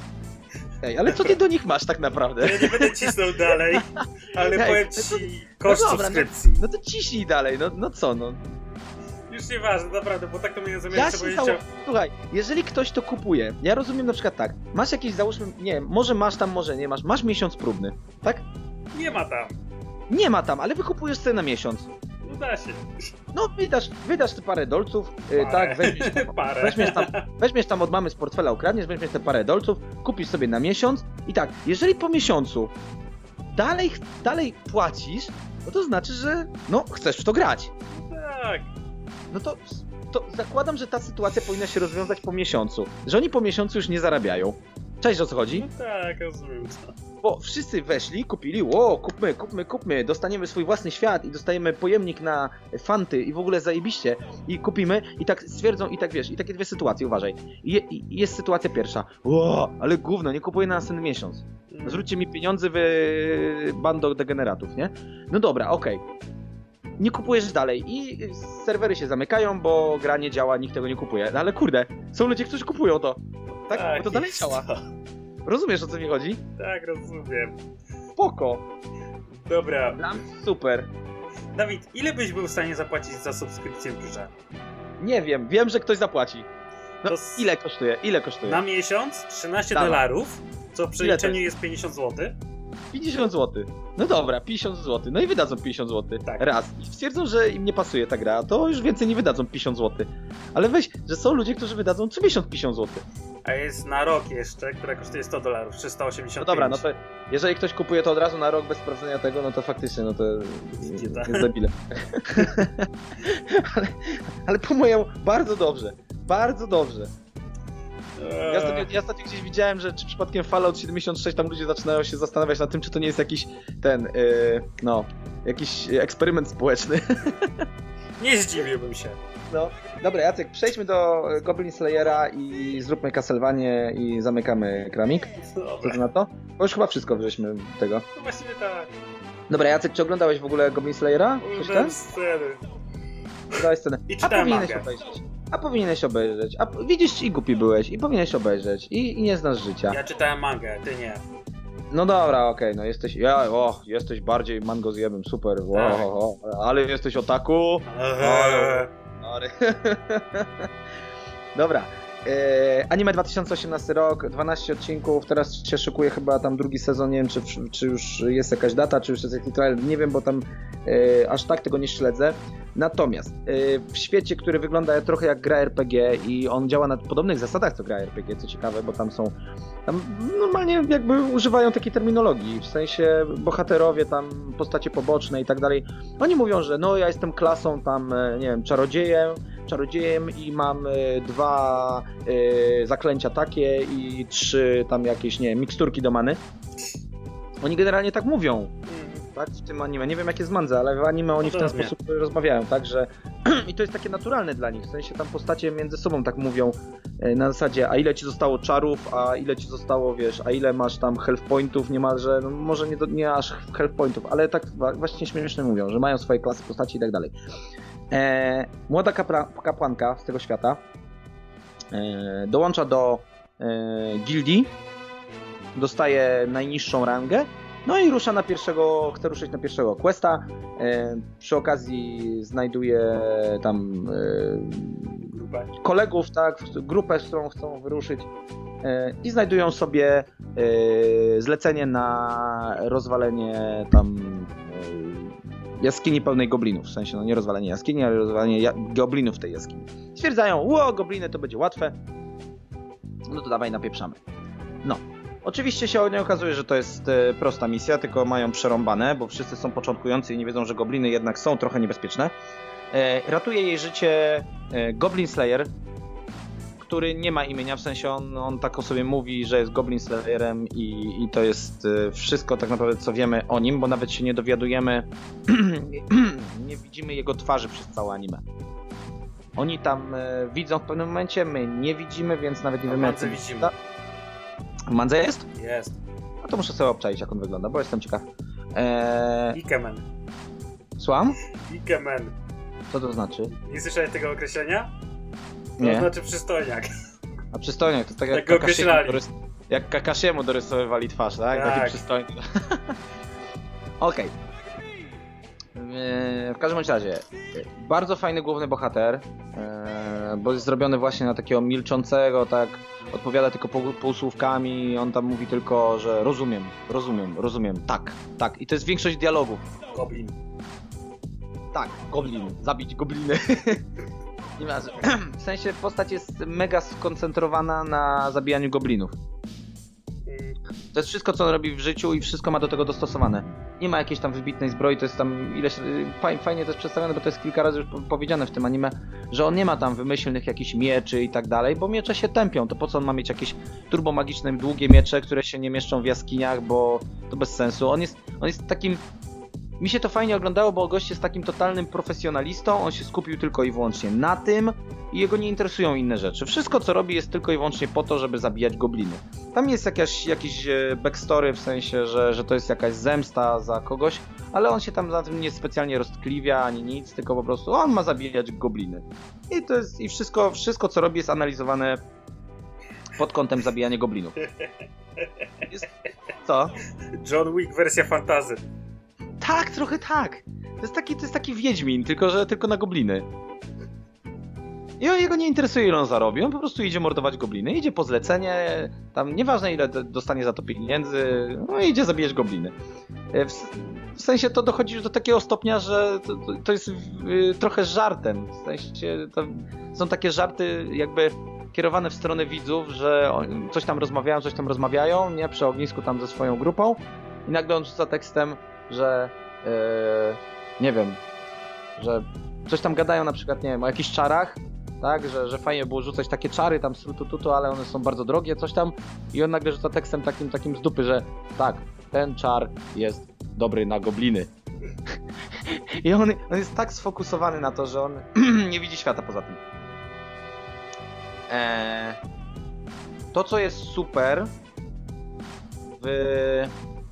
Ej, ale co ty do nich masz tak naprawdę? Ja nie będę cisnął dalej, ale Ej, powiem no to- ci koszt no dobra, subskrypcji. No to ciśnij dalej, no, no co no. Już nieważne, naprawdę, bo tak to miałem zamiar Ja jeszcze się powiedzieć. zało... Słuchaj, jeżeli ktoś to kupuje, ja rozumiem na przykład tak, masz jakieś załóżmy, nie wiem, może masz tam, może nie masz, masz miesiąc próbny, tak? o- Nie ma tam. Nie ma tam, ale wykupujesz sobie na miesiąc. No da się. No wydasz, wydasz te parę dolców, yy, Parę. tak, weźmiesz tam, Parę. weźmiesz, tam, weźmiesz tam od mamy z portfela, ukradniesz, weźmiesz te parę dolców, kupisz sobie na miesiąc i tak, jeżeli po miesiącu dalej, dalej płacisz, no to znaczy, że no chcesz w to grać. Tak. No to, to zakładam, że ta sytuacja powinna się rozwiązać po miesiącu, że oni po miesiącu już nie zarabiają. Cześć, o co chodzi? No tak, rozumiem to. Bo wszyscy weszli, kupili, ło, kupmy, kupmy, kupmy, dostaniemy swój własny świat i dostajemy pojemnik na fanty i w ogóle zajebiście i kupimy i tak stwierdzą i tak wiesz, i takie dwie sytuacje, uważaj. I, je, i jest sytuacja pierwsza, ło, ale gówno, nie kupuję na następny miesiąc. Mm. Zwróćcie mi pieniądze, wy bando degeneratów, nie? No dobra, okej. Nie kupujesz dalej i serwery się zamykają, bo gra nie działa, nikt tego nie kupuje. No ale kurde, są ludzie, którzy kupują to. Tak? Bo to dalej jest działa. to. Rozumiesz, o co mi chodzi? Tak, rozumiem. Spoko. Dobra. Dla mnie super. Dawid, ile byś był w stanie zapłacić za subskrypcję w grze? Nie wiem, wiem, że ktoś zapłaci. No, To s- ile kosztuje? Ile kosztuje? Na miesiąc trzynaście Dawaj. dolarów, co w Ile to przeliczeniu jest? jest pięćdziesiąt złotych. pięćdziesiąt złotych. No dobra, pięćdziesiąt złotych. No i wydadzą pięćdziesiąt złotych. Tak. Raz. I stwierdzą, że im nie pasuje ta gra, to już więcej nie wydadzą pięćdziesiąt złotych. Ale weź, że są ludzie, którzy wydadzą co miesiąc pięćdziesiąt złotych. A jest na rok jeszcze, która kosztuje sto dolarów, trzysta osiemdziesiąt No pięć. dobra, no to jeżeli ktoś kupuje to od razu na rok bez sprawdzenia tego, no to faktycznie, no to Idiota. jest debile. ale, ale po mojemu bardzo dobrze. Bardzo dobrze. Eee, Ja ostatnio, ja ostatnio gdzieś widziałem, że czy przypadkiem Fallout siedemdziesiąt sześć tam ludzie zaczynają się zastanawiać nad tym, czy to nie jest jakiś ten, yy, no, jakiś eksperyment społeczny. Nie zdziwiłbym się. No. Dobra, Jacek, przejdźmy do Goblin Slayera i zróbmy Castlevanię i zamykamy kramik. Co Dobra. ty na to? Bo już chyba wszystko żeśmy tego. No właściwie tak. Dobra, Jacek, czy oglądałeś w ogóle Goblin Slayera? Coś tam? Oglądałem sceny. Oglądałeś scenę. I A czytałem powinieneś mangę. obejrzeć. A powinieneś obejrzeć. A widzisz, i głupi byłeś. I powinieneś obejrzeć. I, i nie znasz życia. Ja czytałem mangę, ty nie. No dobra, okej, no jesteś, ja, o, jesteś bardziej mango zjebem, super, wow, Tak. o, o, ale jesteś otaku, Eee, ale... Dobra, E, anime dwa tysiące osiemnasty rok, dwanaście odcinków, teraz się szykuje chyba tam drugi sezon, nie wiem czy, czy już jest jakaś data, czy już jest jakiś trailer, nie wiem, bo tam e, aż tak tego nie śledzę. Natomiast e, w świecie, który wygląda trochę jak gra er pe gie i on działa na podobnych zasadach co gra er pe gie, co ciekawe, bo tam są, tam normalnie jakby używają takiej terminologii, w sensie bohaterowie, tam postacie poboczne i tak dalej, oni mówią, że no ja jestem klasą tam, nie wiem, czarodziejem, czarodziejem i mam y, dwa y, zaklęcia takie i trzy tam jakieś, nie wiem, miksturki do many. Oni generalnie tak mówią, tak, w tym anime. Nie wiem jak jest w mandze, ale w anime oni w ten sposób rozmawiają, tak, że i to jest takie naturalne dla nich, w sensie tam postacie między sobą tak mówią y, na zasadzie, a ile ci zostało czarów, a ile ci zostało, wiesz, a ile masz tam health pointów niemalże, no może nie, do, nie aż health pointów, ale tak właśnie śmiesznie mówią, że mają swoje klasy postaci i tak dalej. E, młoda kapra, kapłanka z tego świata e, dołącza do e, gildii, dostaje najniższą rangę, no i rusza na pierwszego, chce ruszyć na pierwszego questa, e, przy okazji znajduje tam e, kolegów, tak, grupę, z którą chcą wyruszyć e, i znajdują sobie e, zlecenie na rozwalenie tam jaskini pełnej goblinów, w sensie no nie rozwalenie jaskini, ale rozwalenie ja goblinów w tej jaskini. Stwierdzają, ło, gobliny to będzie łatwe, no to dawaj napieprzamy. No, oczywiście się nie okazuje, że to jest e, prosta misja, tylko mają przerąbane, bo wszyscy są początkujący i nie wiedzą, że gobliny jednak są trochę niebezpieczne. E, ratuje jej życie e, Goblin Slayer, który nie ma imienia, w sensie on, on tak o sobie mówi, że jest Goblin Slayerem i, i to jest wszystko tak naprawdę co wiemy o nim, bo nawet się nie dowiadujemy, nie widzimy jego twarzy przez całe anime. Oni tam e, widzą w pewnym momencie, my nie widzimy, więc nawet nie wiemy jak to widzimy. W mandze jest? Jest. No to muszę sobie obczaić jak on wygląda, bo jestem ciekaw. Eee... Ikemen. Słucham? Ikemen. Co to znaczy? Nie słyszałeś tego określenia? To Nie. znaczy przystojniak. A przystojniak to tak jak Tak go określali. dorys... jak Kakashiemu dorysowywali twarz, tak? Tak. Taki przystojny. Okej. Eee, w każdym bądź razie, bardzo fajny główny bohater, eee, bo jest zrobiony właśnie na takiego milczącego, tak, odpowiada tylko pół, półsłówkami, on tam mówi tylko, że rozumiem, rozumiem, rozumiem, tak, tak. I to jest większość dialogów. Goblin. Tak, goblin, zabić gobliny. Nie ma, w sensie postać jest mega skoncentrowana na zabijaniu goblinów. To jest wszystko, co on robi w życiu i wszystko ma do tego dostosowane. Nie ma jakiejś tam wybitnej zbroi, to jest tam ileś... Fajnie to jest przedstawione, bo to jest kilka razy już powiedziane w tym anime, że on nie ma tam wymyślnych jakichś mieczy i tak dalej, bo miecze się tępią. To po co on ma mieć jakieś turbomagiczne, długie miecze, które się nie mieszczą w jaskiniach, bo to bez sensu. On jest, on jest takim... Mi się to fajnie oglądało, bo gość jest takim totalnym profesjonalistą, on się skupił tylko i wyłącznie na tym i jego nie interesują inne rzeczy. Wszystko co robi jest tylko i wyłącznie po to, żeby zabijać gobliny. Tam jest jakaś, jakiś backstory, w sensie, że, że to jest jakaś zemsta za kogoś, ale on się tam za tym nie specjalnie roztkliwia ani nic, tylko po prostu on ma zabijać gobliny. I to jest, i wszystko, wszystko co robi jest analizowane pod kątem zabijania goblinów. Jest... Co? John Wick wersja fantazy. Tak, trochę tak. To jest taki, to jest taki Wiedźmin, tylko że tylko na gobliny. I on, jego nie interesuje, ile on zarobi, on po prostu idzie mordować gobliny, idzie po zlecenie, tam nieważne ile dostanie za to pieniędzy, no i idzie zabijać gobliny. W, w sensie to dochodzi już do takiego stopnia, że to, to jest trochę żartem, w sensie to są takie żarty jakby kierowane w stronę widzów, że coś tam rozmawiają, coś tam rozmawiają, nie, przy ognisku tam ze swoją grupą i nagle on rzuca tekstem, że yy, nie wiem, że coś tam gadają na przykład, nie wiem, o jakichś czarach, tak, że, że fajnie było rzucać takie czary tam tu, ale one są bardzo drogie, coś tam i on nagle rzuca tekstem takim, takim z dupy, że tak, ten czar jest dobry na gobliny. I on, on jest tak sfokusowany na to, że on nie widzi świata poza tym. Eee, to co jest super w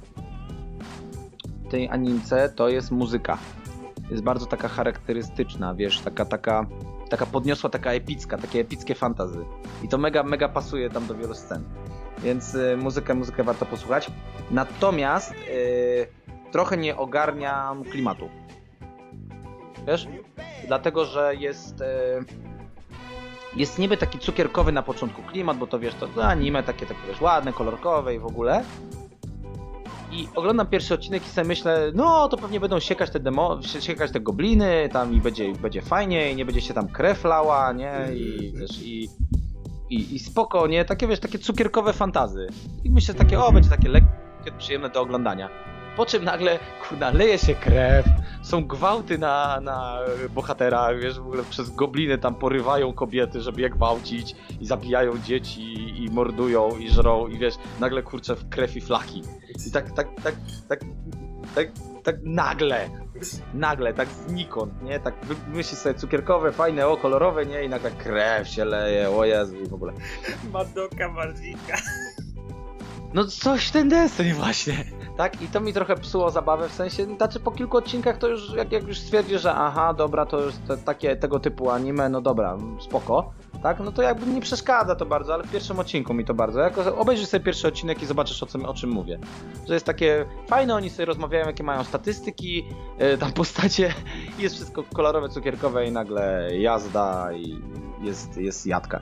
tej animce, to jest muzyka. Jest bardzo taka charakterystyczna, wiesz, taka, taka, taka podniosła, taka epicka, takie epickie fantasy. I to mega, mega pasuje tam do wielu scen. Więc y, muzykę, muzykę warto posłuchać. Natomiast y, trochę nie ogarniam klimatu. Wiesz? Dlatego, że jest... Y, jest niby taki cukierkowy na początku klimat, bo to wiesz, to, to anime takie, takie wiesz, ładne, kolorkowe i w ogóle. I oglądam pierwszy odcinek i sobie myślę, no to pewnie będą siekać te demo, siekać te gobliny, tam i będzie, będzie fajnie, i nie będzie się tam krew lała, nie, i wiesz, i, i, i spoko, nie, takie wiesz, takie cukierkowe fantazy. I myślę takie, o, będzie takie lekkie, przyjemne do oglądania. Po czym nagle, kurna, leje się krew, są gwałty na, na bohaterach, wiesz, w ogóle przez gobliny tam porywają kobiety, żeby je gwałcić i zabijają dzieci i mordują i żrą i wiesz, nagle kurczę w krew i flaki. I tak, tak, tak, tak, tak, tak nagle, nagle, tak znikąd, nie, tak myślisz sobie cukierkowe, fajne, o, kolorowe, nie, i nagle krew się leje, o Jezu, i w ogóle. Madoka Marzinka. No coś w ten deseń właśnie, tak? I to mi trochę psuło zabawę, w sensie, znaczy po kilku odcinkach to już, jak, jak już stwierdzisz, że aha, dobra, to już te, takie tego typu anime, no dobra, spoko, tak? No to jakby nie przeszkadza to bardzo, ale w pierwszym odcinku mi to bardzo. Jak obejrzyj sobie pierwszy odcinek i zobaczysz o, co, o czym mówię. Że jest takie fajne, oni sobie rozmawiają, jakie mają statystyki, yy, tam postacie, jest wszystko kolorowe, cukierkowe i nagle jazda i jest, jest jadka.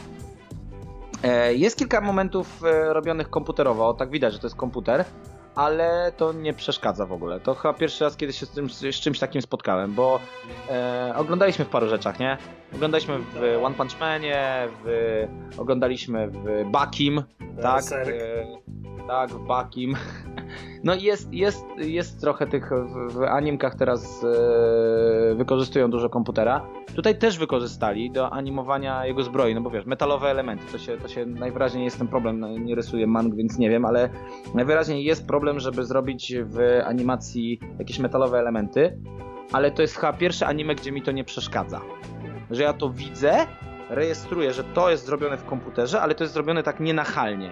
Jest kilka momentów robionych komputerowo, tak widać, że to jest komputer, ale to nie przeszkadza w ogóle. To chyba pierwszy raz, kiedy się z, tym, z czymś takim spotkałem, bo e, oglądaliśmy w paru rzeczach, nie? Oglądaliśmy w One Punch Manie, w, oglądaliśmy w Bakim, tak? E, tak, w Bakim. No i jest, jest, jest trochę tych, w, w animkach teraz e, wykorzystują dużo komputera. Tutaj też wykorzystali do animowania jego zbroi, no bo wiesz, metalowe elementy, to się, to się najwyraźniej jest ten problem, no, nie rysuję mang, więc nie wiem, ale najwyraźniej jest problem, żeby zrobić w animacji jakieś metalowe elementy, ale to jest chyba pierwsze anime, gdzie mi to nie przeszkadza. Że ja to widzę, rejestruję, że to jest zrobione w komputerze, ale to jest zrobione tak nienachalnie.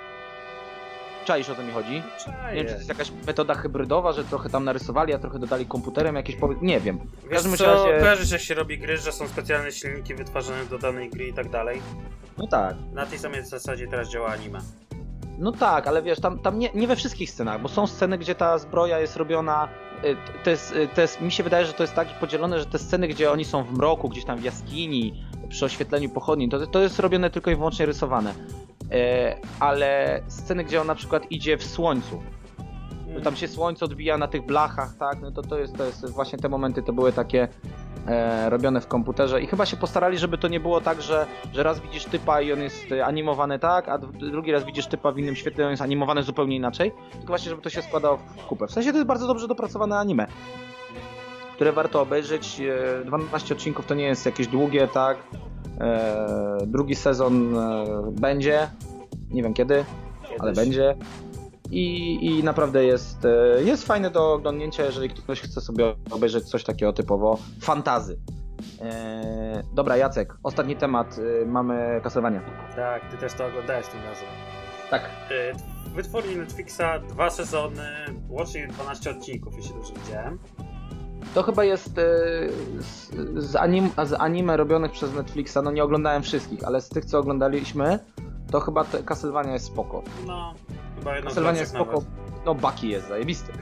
Czaisz, o co mi chodzi? Czaję. Nie wiem, czy to jest jakaś metoda hybrydowa, że trochę tam narysowali, a trochę dodali komputerem jakieś powie... Nie wiem. W Wiesz każdym co, razie... kojarzysz jak się robi gry, że są specjalne silniki wytwarzane do danej gry i tak dalej? No tak. Na tej samej zasadzie teraz działa anime. No tak, ale wiesz, tam, tam nie, nie we wszystkich scenach, bo są sceny, gdzie ta zbroja jest robiona, y, to jest, y, to jest, mi się wydaje, że to jest tak podzielone, że te sceny, gdzie oni są w mroku, gdzieś tam w jaskini, przy oświetleniu pochodni, to, to jest robione tylko i wyłącznie rysowane. Y, ale sceny, gdzie on na przykład idzie w słońcu, no tam się słońce odbija na tych blachach, tak, no to, to, jest, to jest właśnie te momenty, to były takie e, robione w komputerze i chyba się postarali, żeby to nie było tak, że, że raz widzisz typa i on jest animowany tak, a drugi raz widzisz typa w innym świetle i on jest animowany zupełnie inaczej, tylko właśnie, żeby to się składało w kupę. W sensie to jest bardzo dobrze dopracowane anime, które warto obejrzeć. dwanaście odcinków to nie jest jakieś długie, tak, e, drugi sezon e, będzie, nie wiem kiedy, Kiedyś. ale będzie. I, I naprawdę jest, jest fajne do oglądnięcia, jeżeli ktoś chce sobie obejrzeć coś takiego typowo fantazy. Eee, dobra, Jacek, ostatni temat, yy, mamy Castlevania. Tak, ty też to oglądałeś tym razem. Tak. Yy, wytwórni Netflixa, dwa sezony, łącznie dwanaście odcinków, jeśli dobrze widziałem. To chyba jest yy, z, z, anim, z anime robionych przez Netflixa, no nie oglądałem wszystkich, ale z tych co oglądaliśmy, to chyba te Castlevania jest spoko. No, chyba jedno Castlevania jest spoko, nawet. no Bucky jest zajebisty,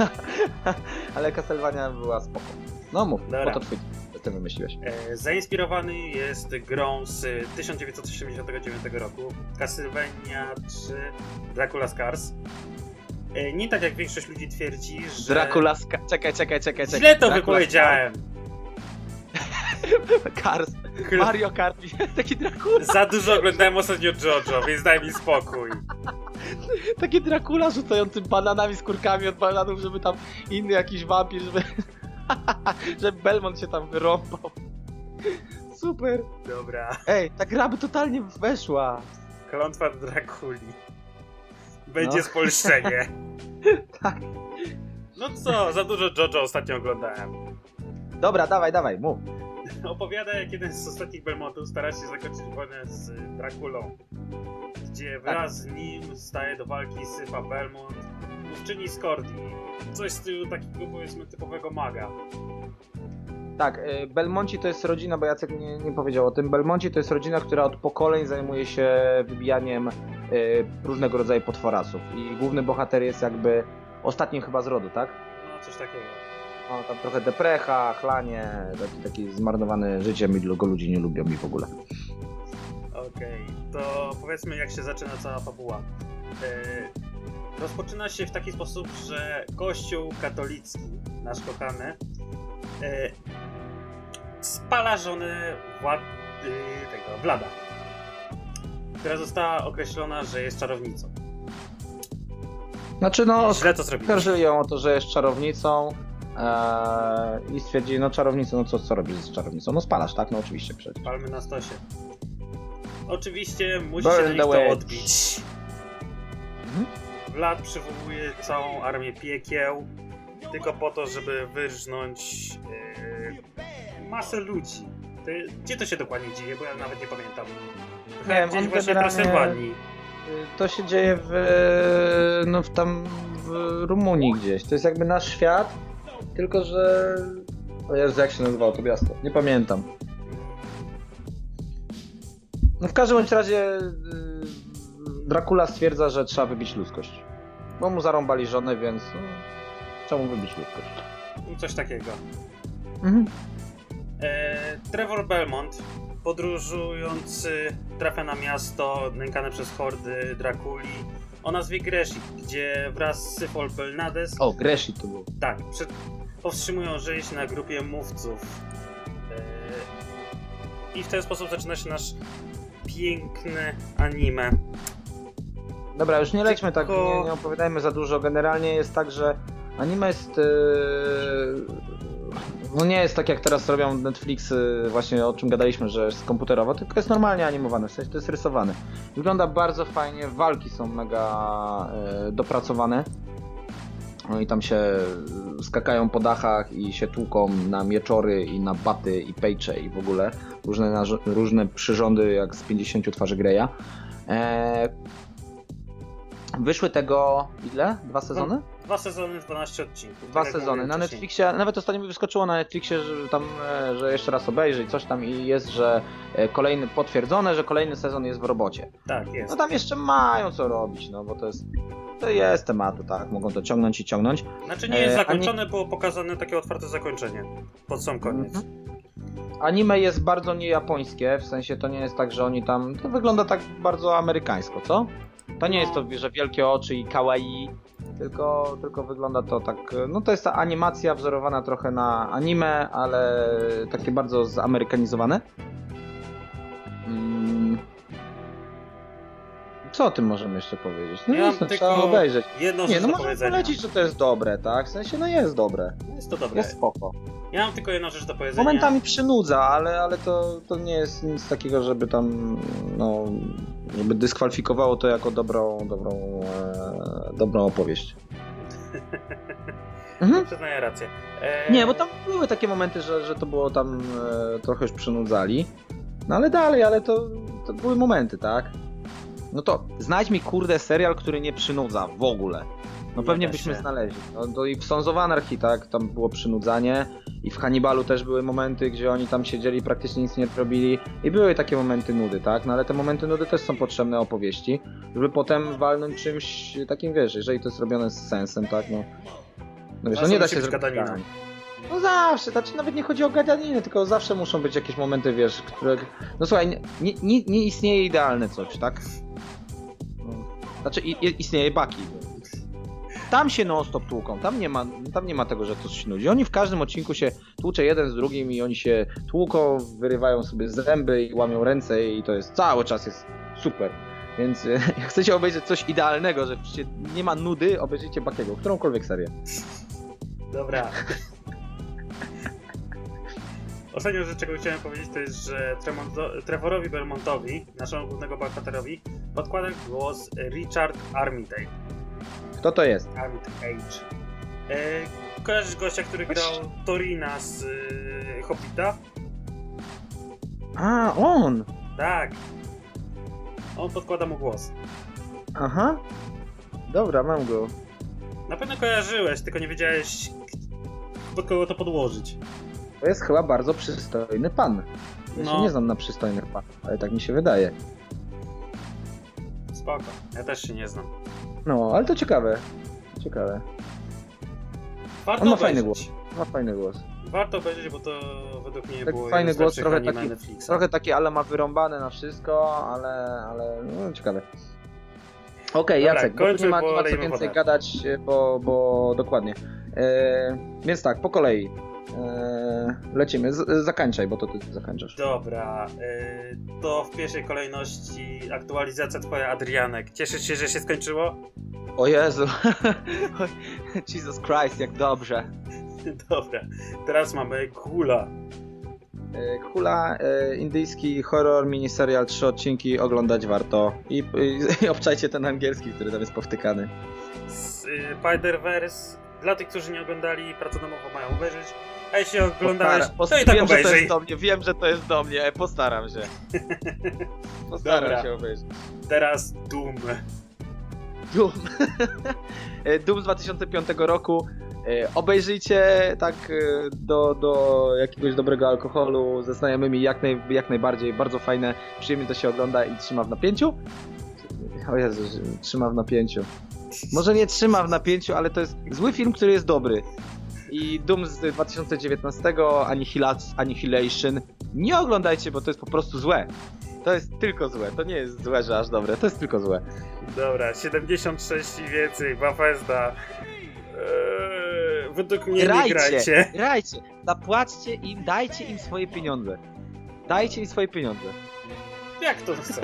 ale Castlevania była spoko. No mów, Dobra. bo to twój, to ty wymyśliłeś. E, zainspirowany jest grą z tysiąc dziewięćset osiemdziesiątego dziewiątego roku, Castlevania trzy Dracula's Curse. E, nie tak jak większość ludzi twierdzi, że... Dracula's Curse, czekaj, czekaj, czekaj, czekaj. Źle to Dracula's wypowiedziałem! Cars, Mario Kart, taki Dracula. Za dużo oglądałem ostatnio JoJo, więc daj mi spokój. Taki Dracula rzucający bananami z kurkami od bananów, żeby tam inny jakiś wampir, żeby... żeby Belmont się tam wyrąbał. Super. Dobra. Ej, ta gra by totalnie weszła. Klątwa Drakuli. Będzie No. spolszczenie. Tak. No co, za dużo JoJo ostatnio oglądałem. Dobra, dawaj, dawaj, mów. Opowiada, jak jeden z ostatnich Belmontów stara się zakończyć wojnę z Drakulą, gdzie wraz z nim staje do walki Syfa Belmont, mówczyni Skordii. Coś w stylu takiego, powiedzmy, typowego maga. Tak, y, Belmonci to jest rodzina, bo Jacek nie, nie powiedział o tym. Belmonci to jest rodzina, która od pokoleń zajmuje się wybijaniem y, różnego rodzaju potworasów. I główny bohater jest jakby ostatnim chyba z rodu, tak? No, coś takiego. No, tam trochę deprecha, chlanie, taki, taki zmarnowane życie, mi go ludzie nie lubią mi w ogóle. Okej, to powiedzmy jak się zaczyna cała fabuła. E, rozpoczyna się w taki sposób, że Kościół katolicki, nasz kochany, e, spala żonę Wład... e, tego, Vlada, która została określona, że jest czarownicą. Znaczy no, Źle to zrobili. oskarżyli ją o to, że jest czarownicą ee, i stwierdzili, no czarownicą, no co, co robisz z czarownicą? No spalasz, tak? No oczywiście przecież. Palmy na stosie. Oczywiście musi Burn się na nich the to witch. odbić. Mhm. Vlad przywołuje całą armię piekieł tylko po to, żeby wyrżnąć yy, masę ludzi. To, gdzie to się dokładnie dzieje, bo ja nawet nie pamiętam. Nie wiem, Gdzieś on właśnie w generalnie- Transylwanii. To się dzieje w, no w tam w Rumunii gdzieś. To jest jakby nasz świat, tylko że... O Jezu, jak się nazywało to miasto? Nie pamiętam. No w każdym bądź razie y, Dracula stwierdza, że trzeba wybić ludzkość. Bo mu zarąbali żonę, więc no, trzeba mu wybić ludzkość. Coś takiego. Mhm. E, Trevor Belmont, podróżujący, trafia na miasto nękane przez hordy Drakuli o nazwie Greshik, gdzie wraz z Syfol Belnades O, Greshi to był. tak, przed, powstrzymują rzeź na grupie mówców. E, I w ten sposób zaczyna się nasz piękny anime. Dobra, już nie lećmy tak, Tylko- nie, nie opowiadajmy za dużo. Generalnie jest tak, że anime jest... Yy... No nie jest tak jak teraz robią Netflix, yy, właśnie o czym gadaliśmy, że jest komputerowo, tylko jest normalnie animowane, w sensie to jest rysowane. Wygląda bardzo fajnie, walki są mega yy, dopracowane. No i tam się skakają po dachach i się tłuką na mieczory i na baty i pejcze i w ogóle różne, naż- różne przyrządy jak z pięćdziesięciu twarzy Greya. Eee, wyszły tego ile? Dwa sezony? Dwa sezony, dwanaście odcinków. Dwa tak jak sezony. mówiłem Na wcześniej. Netflixie, nawet ostatnio mi wyskoczyło na Netflixie, że tam, e, że jeszcze raz obejrzeć coś tam i jest, że e, kolejny, potwierdzone, że kolejny sezon jest w robocie. Tak, jest. No tam jeszcze mają co robić, no bo to jest, to jest tematu, tak, mogą to ciągnąć i ciągnąć. Znaczy nie jest e, zakończone, było pokazane takie otwarte zakończenie. Pod sam koniec. Mhm. Anime jest bardzo niejapońskie, w sensie to nie jest tak, że oni tam, to wygląda tak bardzo amerykańsko, co? To nie jest to, że wielkie oczy i kawaii, tylko, tylko wygląda to tak, no to jest ta animacja wzorowana trochę na anime, ale takie bardzo zamerykanizowane. Mm. Co o tym możemy jeszcze powiedzieć? No Ja mam nic, no, tylko trzeba obejrzeć. jedną Nie, rzecz no do można powiedzenia. polecić, że to jest dobre, tak? W sensie, no jest dobre, Jest to dobre. jest spoko. Ja mam tylko jedną rzecz do powiedzenia. Momentami przynudza, ale, ale to, to nie jest nic takiego, żeby tam, no, żeby dyskwalifikowało to jako dobrą, dobrą, e, dobrą opowieść. Mhm. Przyznaję rację. E... Nie, bo tam były takie momenty, że, że to było tam e, trochę już przynudzali. No ale dalej, ale to, to były momenty, tak? No to znajdź mi kurde serial, który nie przynudza w ogóle. No Nie pewnie da byśmy się. znaleźli. No to i w Sons of Anarchy, tak, tam było przynudzanie. I w Hannibalu też były momenty, gdzie oni tam siedzieli, praktycznie nic nie robili. I były takie momenty nudy, tak? No ale te momenty nudy też są potrzebne opowieści, żeby potem walnąć czymś takim, wiesz, jeżeli to jest robione z sensem, tak? No, no wiesz, no Zawsze nie da musi się być zrobić gadanina. idealnie. No zawsze, znaczy nawet nie chodzi o gadaniny, tylko zawsze muszą być jakieś momenty, wiesz, które... No słuchaj, nie, nie, nie istnieje idealne coś, tak? No. Znaczy i, i, istnieje baki. Tam się non-stop tłuką, tam nie ma, tam nie ma tego, że to się nudzi. Oni w każdym odcinku się tłucze jeden z drugim i oni się tłuką, wyrywają sobie zęby i łamią ręce i to jest, cały czas jest super. Więc e, jak chcecie obejrzeć coś idealnego, że przecież nie ma nudy, obejrzyjcie Bakiego, którąkolwiek serię. Dobra. Ostatnią rzecz, czego chciałem powiedzieć, to jest, że Tremonto- Trevorowi Belmontowi, naszemu głównego bohaterowi, podkłada głos Richard Armitage. Kto to jest? Armitage. E, kojarzysz gościa, który grał Torina z e, Hobbita? A, on! Tak. On podkłada mu głos. Aha. Dobra, mam go. Na pewno kojarzyłeś, tylko nie wiedziałeś, pod kogo to podłożyć. To jest chyba bardzo przystojny pan. Ja No. się nie znam na przystojnych panów, ale tak mi się wydaje. Spoko, ja też się nie znam. No, ale to ciekawe. Ciekawe. Warto On ma obejrzeć. fajny głos. Ma fajny głos. Warto obejrzeć, bo to według mnie Tak było fajny jeden z głos, lepszych trochę anime taki, Netflixa. trochę taki, ale ma wyrąbane na wszystko, ale, ale no, ciekawe. Okej, okay, Jacek, bo tu nie ma, nie ma co więcej gadać, bo, bo dokładnie. E, więc tak, po kolei. E, lecimy, Z, zakańczaj, bo to ty zakańczasz. Dobra, e, to w pierwszej kolejności aktualizacja twoja, Adrianek. Cieszysz się, że się skończyło? O Jezu, Jesus Christ, jak dobrze. Dobra, teraz mamy Hula. Hula, e, indyjski horror, miniserial, trzy odcinki, oglądać warto. I, i, i obczajcie ten angielski, który tam jest powtykany. Spider-Verse, dla tych, którzy nie oglądali, pracę domową mają obejrzeć. A jeśli oglądałeś, Postara, to i tak wiem, obejrzyj. Że to jest do mnie, wiem, że to jest do mnie, postaram się. Postaram Dobra. się obejrzeć. Teraz Doom. Doom. Doom z dwa tysiące piątego roku. Obejrzyjcie tak do, do jakiegoś dobrego alkoholu ze znajomymi, jak, naj, jak najbardziej, bardzo fajne, przyjemnie to się ogląda i trzyma w napięciu. O Jezu, trzyma w napięciu. Może nie trzyma w napięciu, ale to jest zły film, który jest dobry. I Doom z dwa tysiące dziewiętnastego, Annihilation, nie oglądajcie, bo to jest po prostu złe. To jest tylko złe, to nie jest złe, że aż dobre, to jest tylko złe. Dobra, siedemdziesiąt sześć i więcej, Bethesda. Eee, według mnie grajcie, nie grajcie. Grajcie, zapłaćcie im, dajcie im swoje pieniądze. Dajcie im swoje pieniądze. Jak to chce?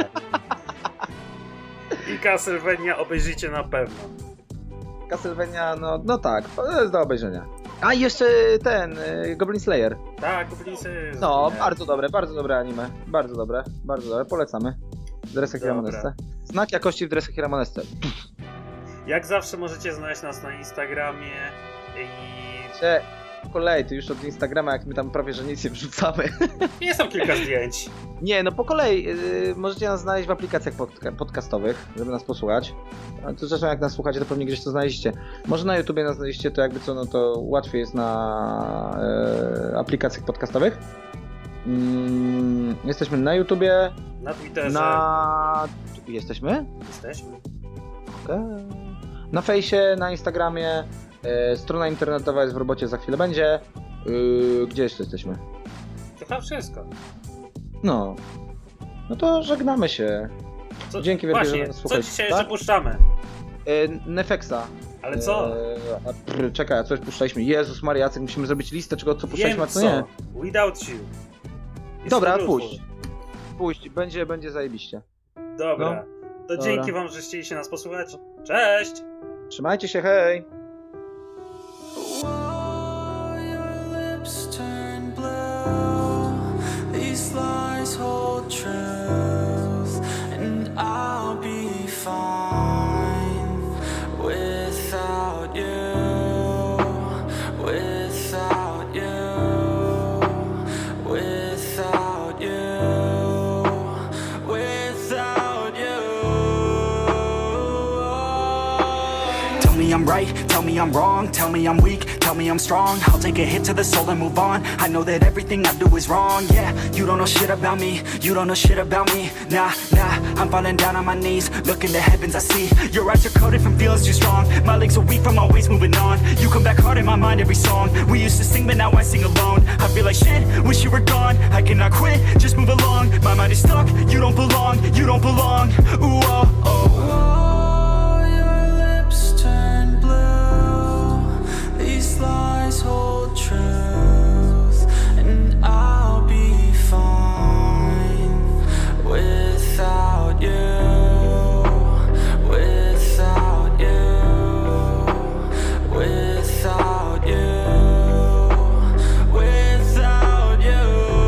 I Castlevania obejrzyjcie na pewno. Castlevania, no, no tak, to jest do obejrzenia. A i jeszcze ten, y, Goblin Slayer. Tak, Goblinsy. No, bardzo dobre, bardzo dobre anime. Bardzo dobre, bardzo dobre, polecamy. W Dresach i Ramonesce. Znak jakości w Dresach i Ramonesce. Jak zawsze możecie znaleźć nas na Instagramie i... Cze, po kolei, ty już od Instagrama, jak my tam prawie że nic nie wrzucamy. Jest tam kilka zdjęć. Nie, no po kolei, yy, możecie nas znaleźć w aplikacjach pod, podcastowych, żeby nas posłuchać. A to zresztą jak nas słuchacie, to pewnie gdzieś to znaleźliście. Może na YouTubie nas znaleźliście, to jakby co, no to łatwiej jest na yy, aplikacjach podcastowych. Yy, jesteśmy na YouTubie. Na Twitterze. Na... Jesteśmy? Jesteśmy. Okay. Na fejsie, na Instagramie. Yy, strona internetowa jest w robocie, za chwilę będzie. Yy, gdzie jeszcze jesteśmy? To chyba wszystko. No. No to żegnamy się. Co, Dzięki wielkie, właśnie, że nas słuchaliście. co dzisiaj tak? jeszcze puszczamy? Yy, Nefexa. Ale co? Yy, a, pr, czekaj, a coś puszczaliśmy? Jezus Maria, Jacek, musimy zrobić listę, czego co puszczaliśmy, a co nie. Without You. Jest Dobra, to puść. Puść, będzie, będzie zajebiście. Dobra. No. To Dobra. dzięki wam, że chcieliście nas posłuchać. Cześć! Trzymajcie się, hej! These lies hold truth, and I'll be fine without you, without you, without you, without you. Tell me I'm right, tell me I'm wrong, tell me I'm weak, tell me I'm strong. I'll take a hit to the soul and move on. I know that everything I do is wrong. Yeah, you don't know shit about me, you don't know shit about me. Nah, nah, I'm falling down on my knees, looking to heavens I see. Your eyes are coded from feelings too strong. My legs are weak from always moving on. You come back hard in my mind every song. We used to sing but now I sing alone. I feel like shit, wish you were gone. I cannot quit, just move along. My mind is stuck, you don't belong, you don't belong. Ooh, oh, oh. Oh, your lips turn blue. These lies hold truth, and I'll be fine without you, without you, without you, without you.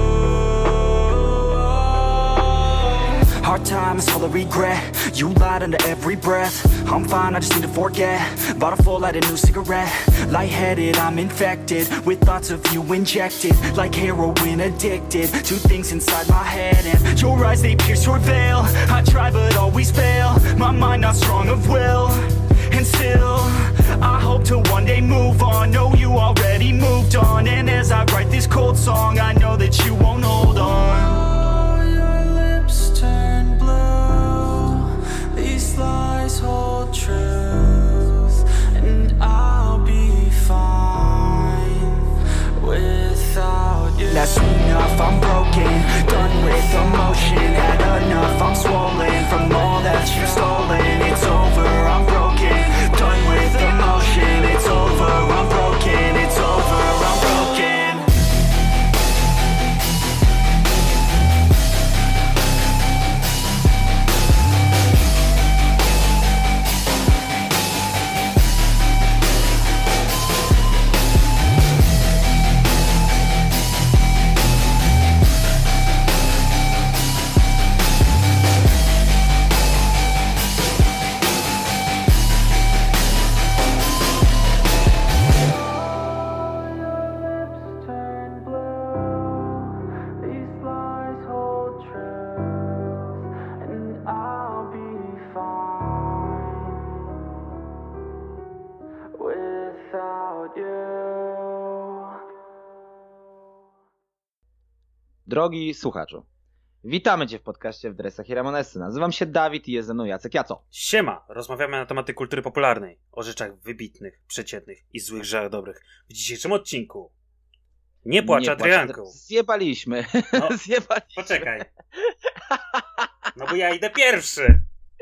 Hard times full of regret. You lied under every breath. I'm fine, I just need to forget. Bottle full, light a new cigarette. Lightheaded, I'm infected with thoughts of you injected, like heroin addicted to things inside my head. And your eyes, they pierce your veil. I try but always fail. My mind not strong of will. And still, I hope to one day move on. Know you already moved on. And as I write this cold song, I know that you won't hold on. These lies hold truth, and I'll be fine Drogi słuchaczu, witamy Cię w podcaście w dresach i Ramonesy. Nazywam się Dawid i jest ze mną Jacek Jaco. Siema! Rozmawiamy na tematy kultury popularnej, o rzeczach wybitnych, przeciętnych i złych rzeczach dobrych. W dzisiejszym odcinku nie płacz Adrianku. Adri- Zjebaliśmy. No, Zjebaliśmy. poczekaj. No bo ja idę pierwszy.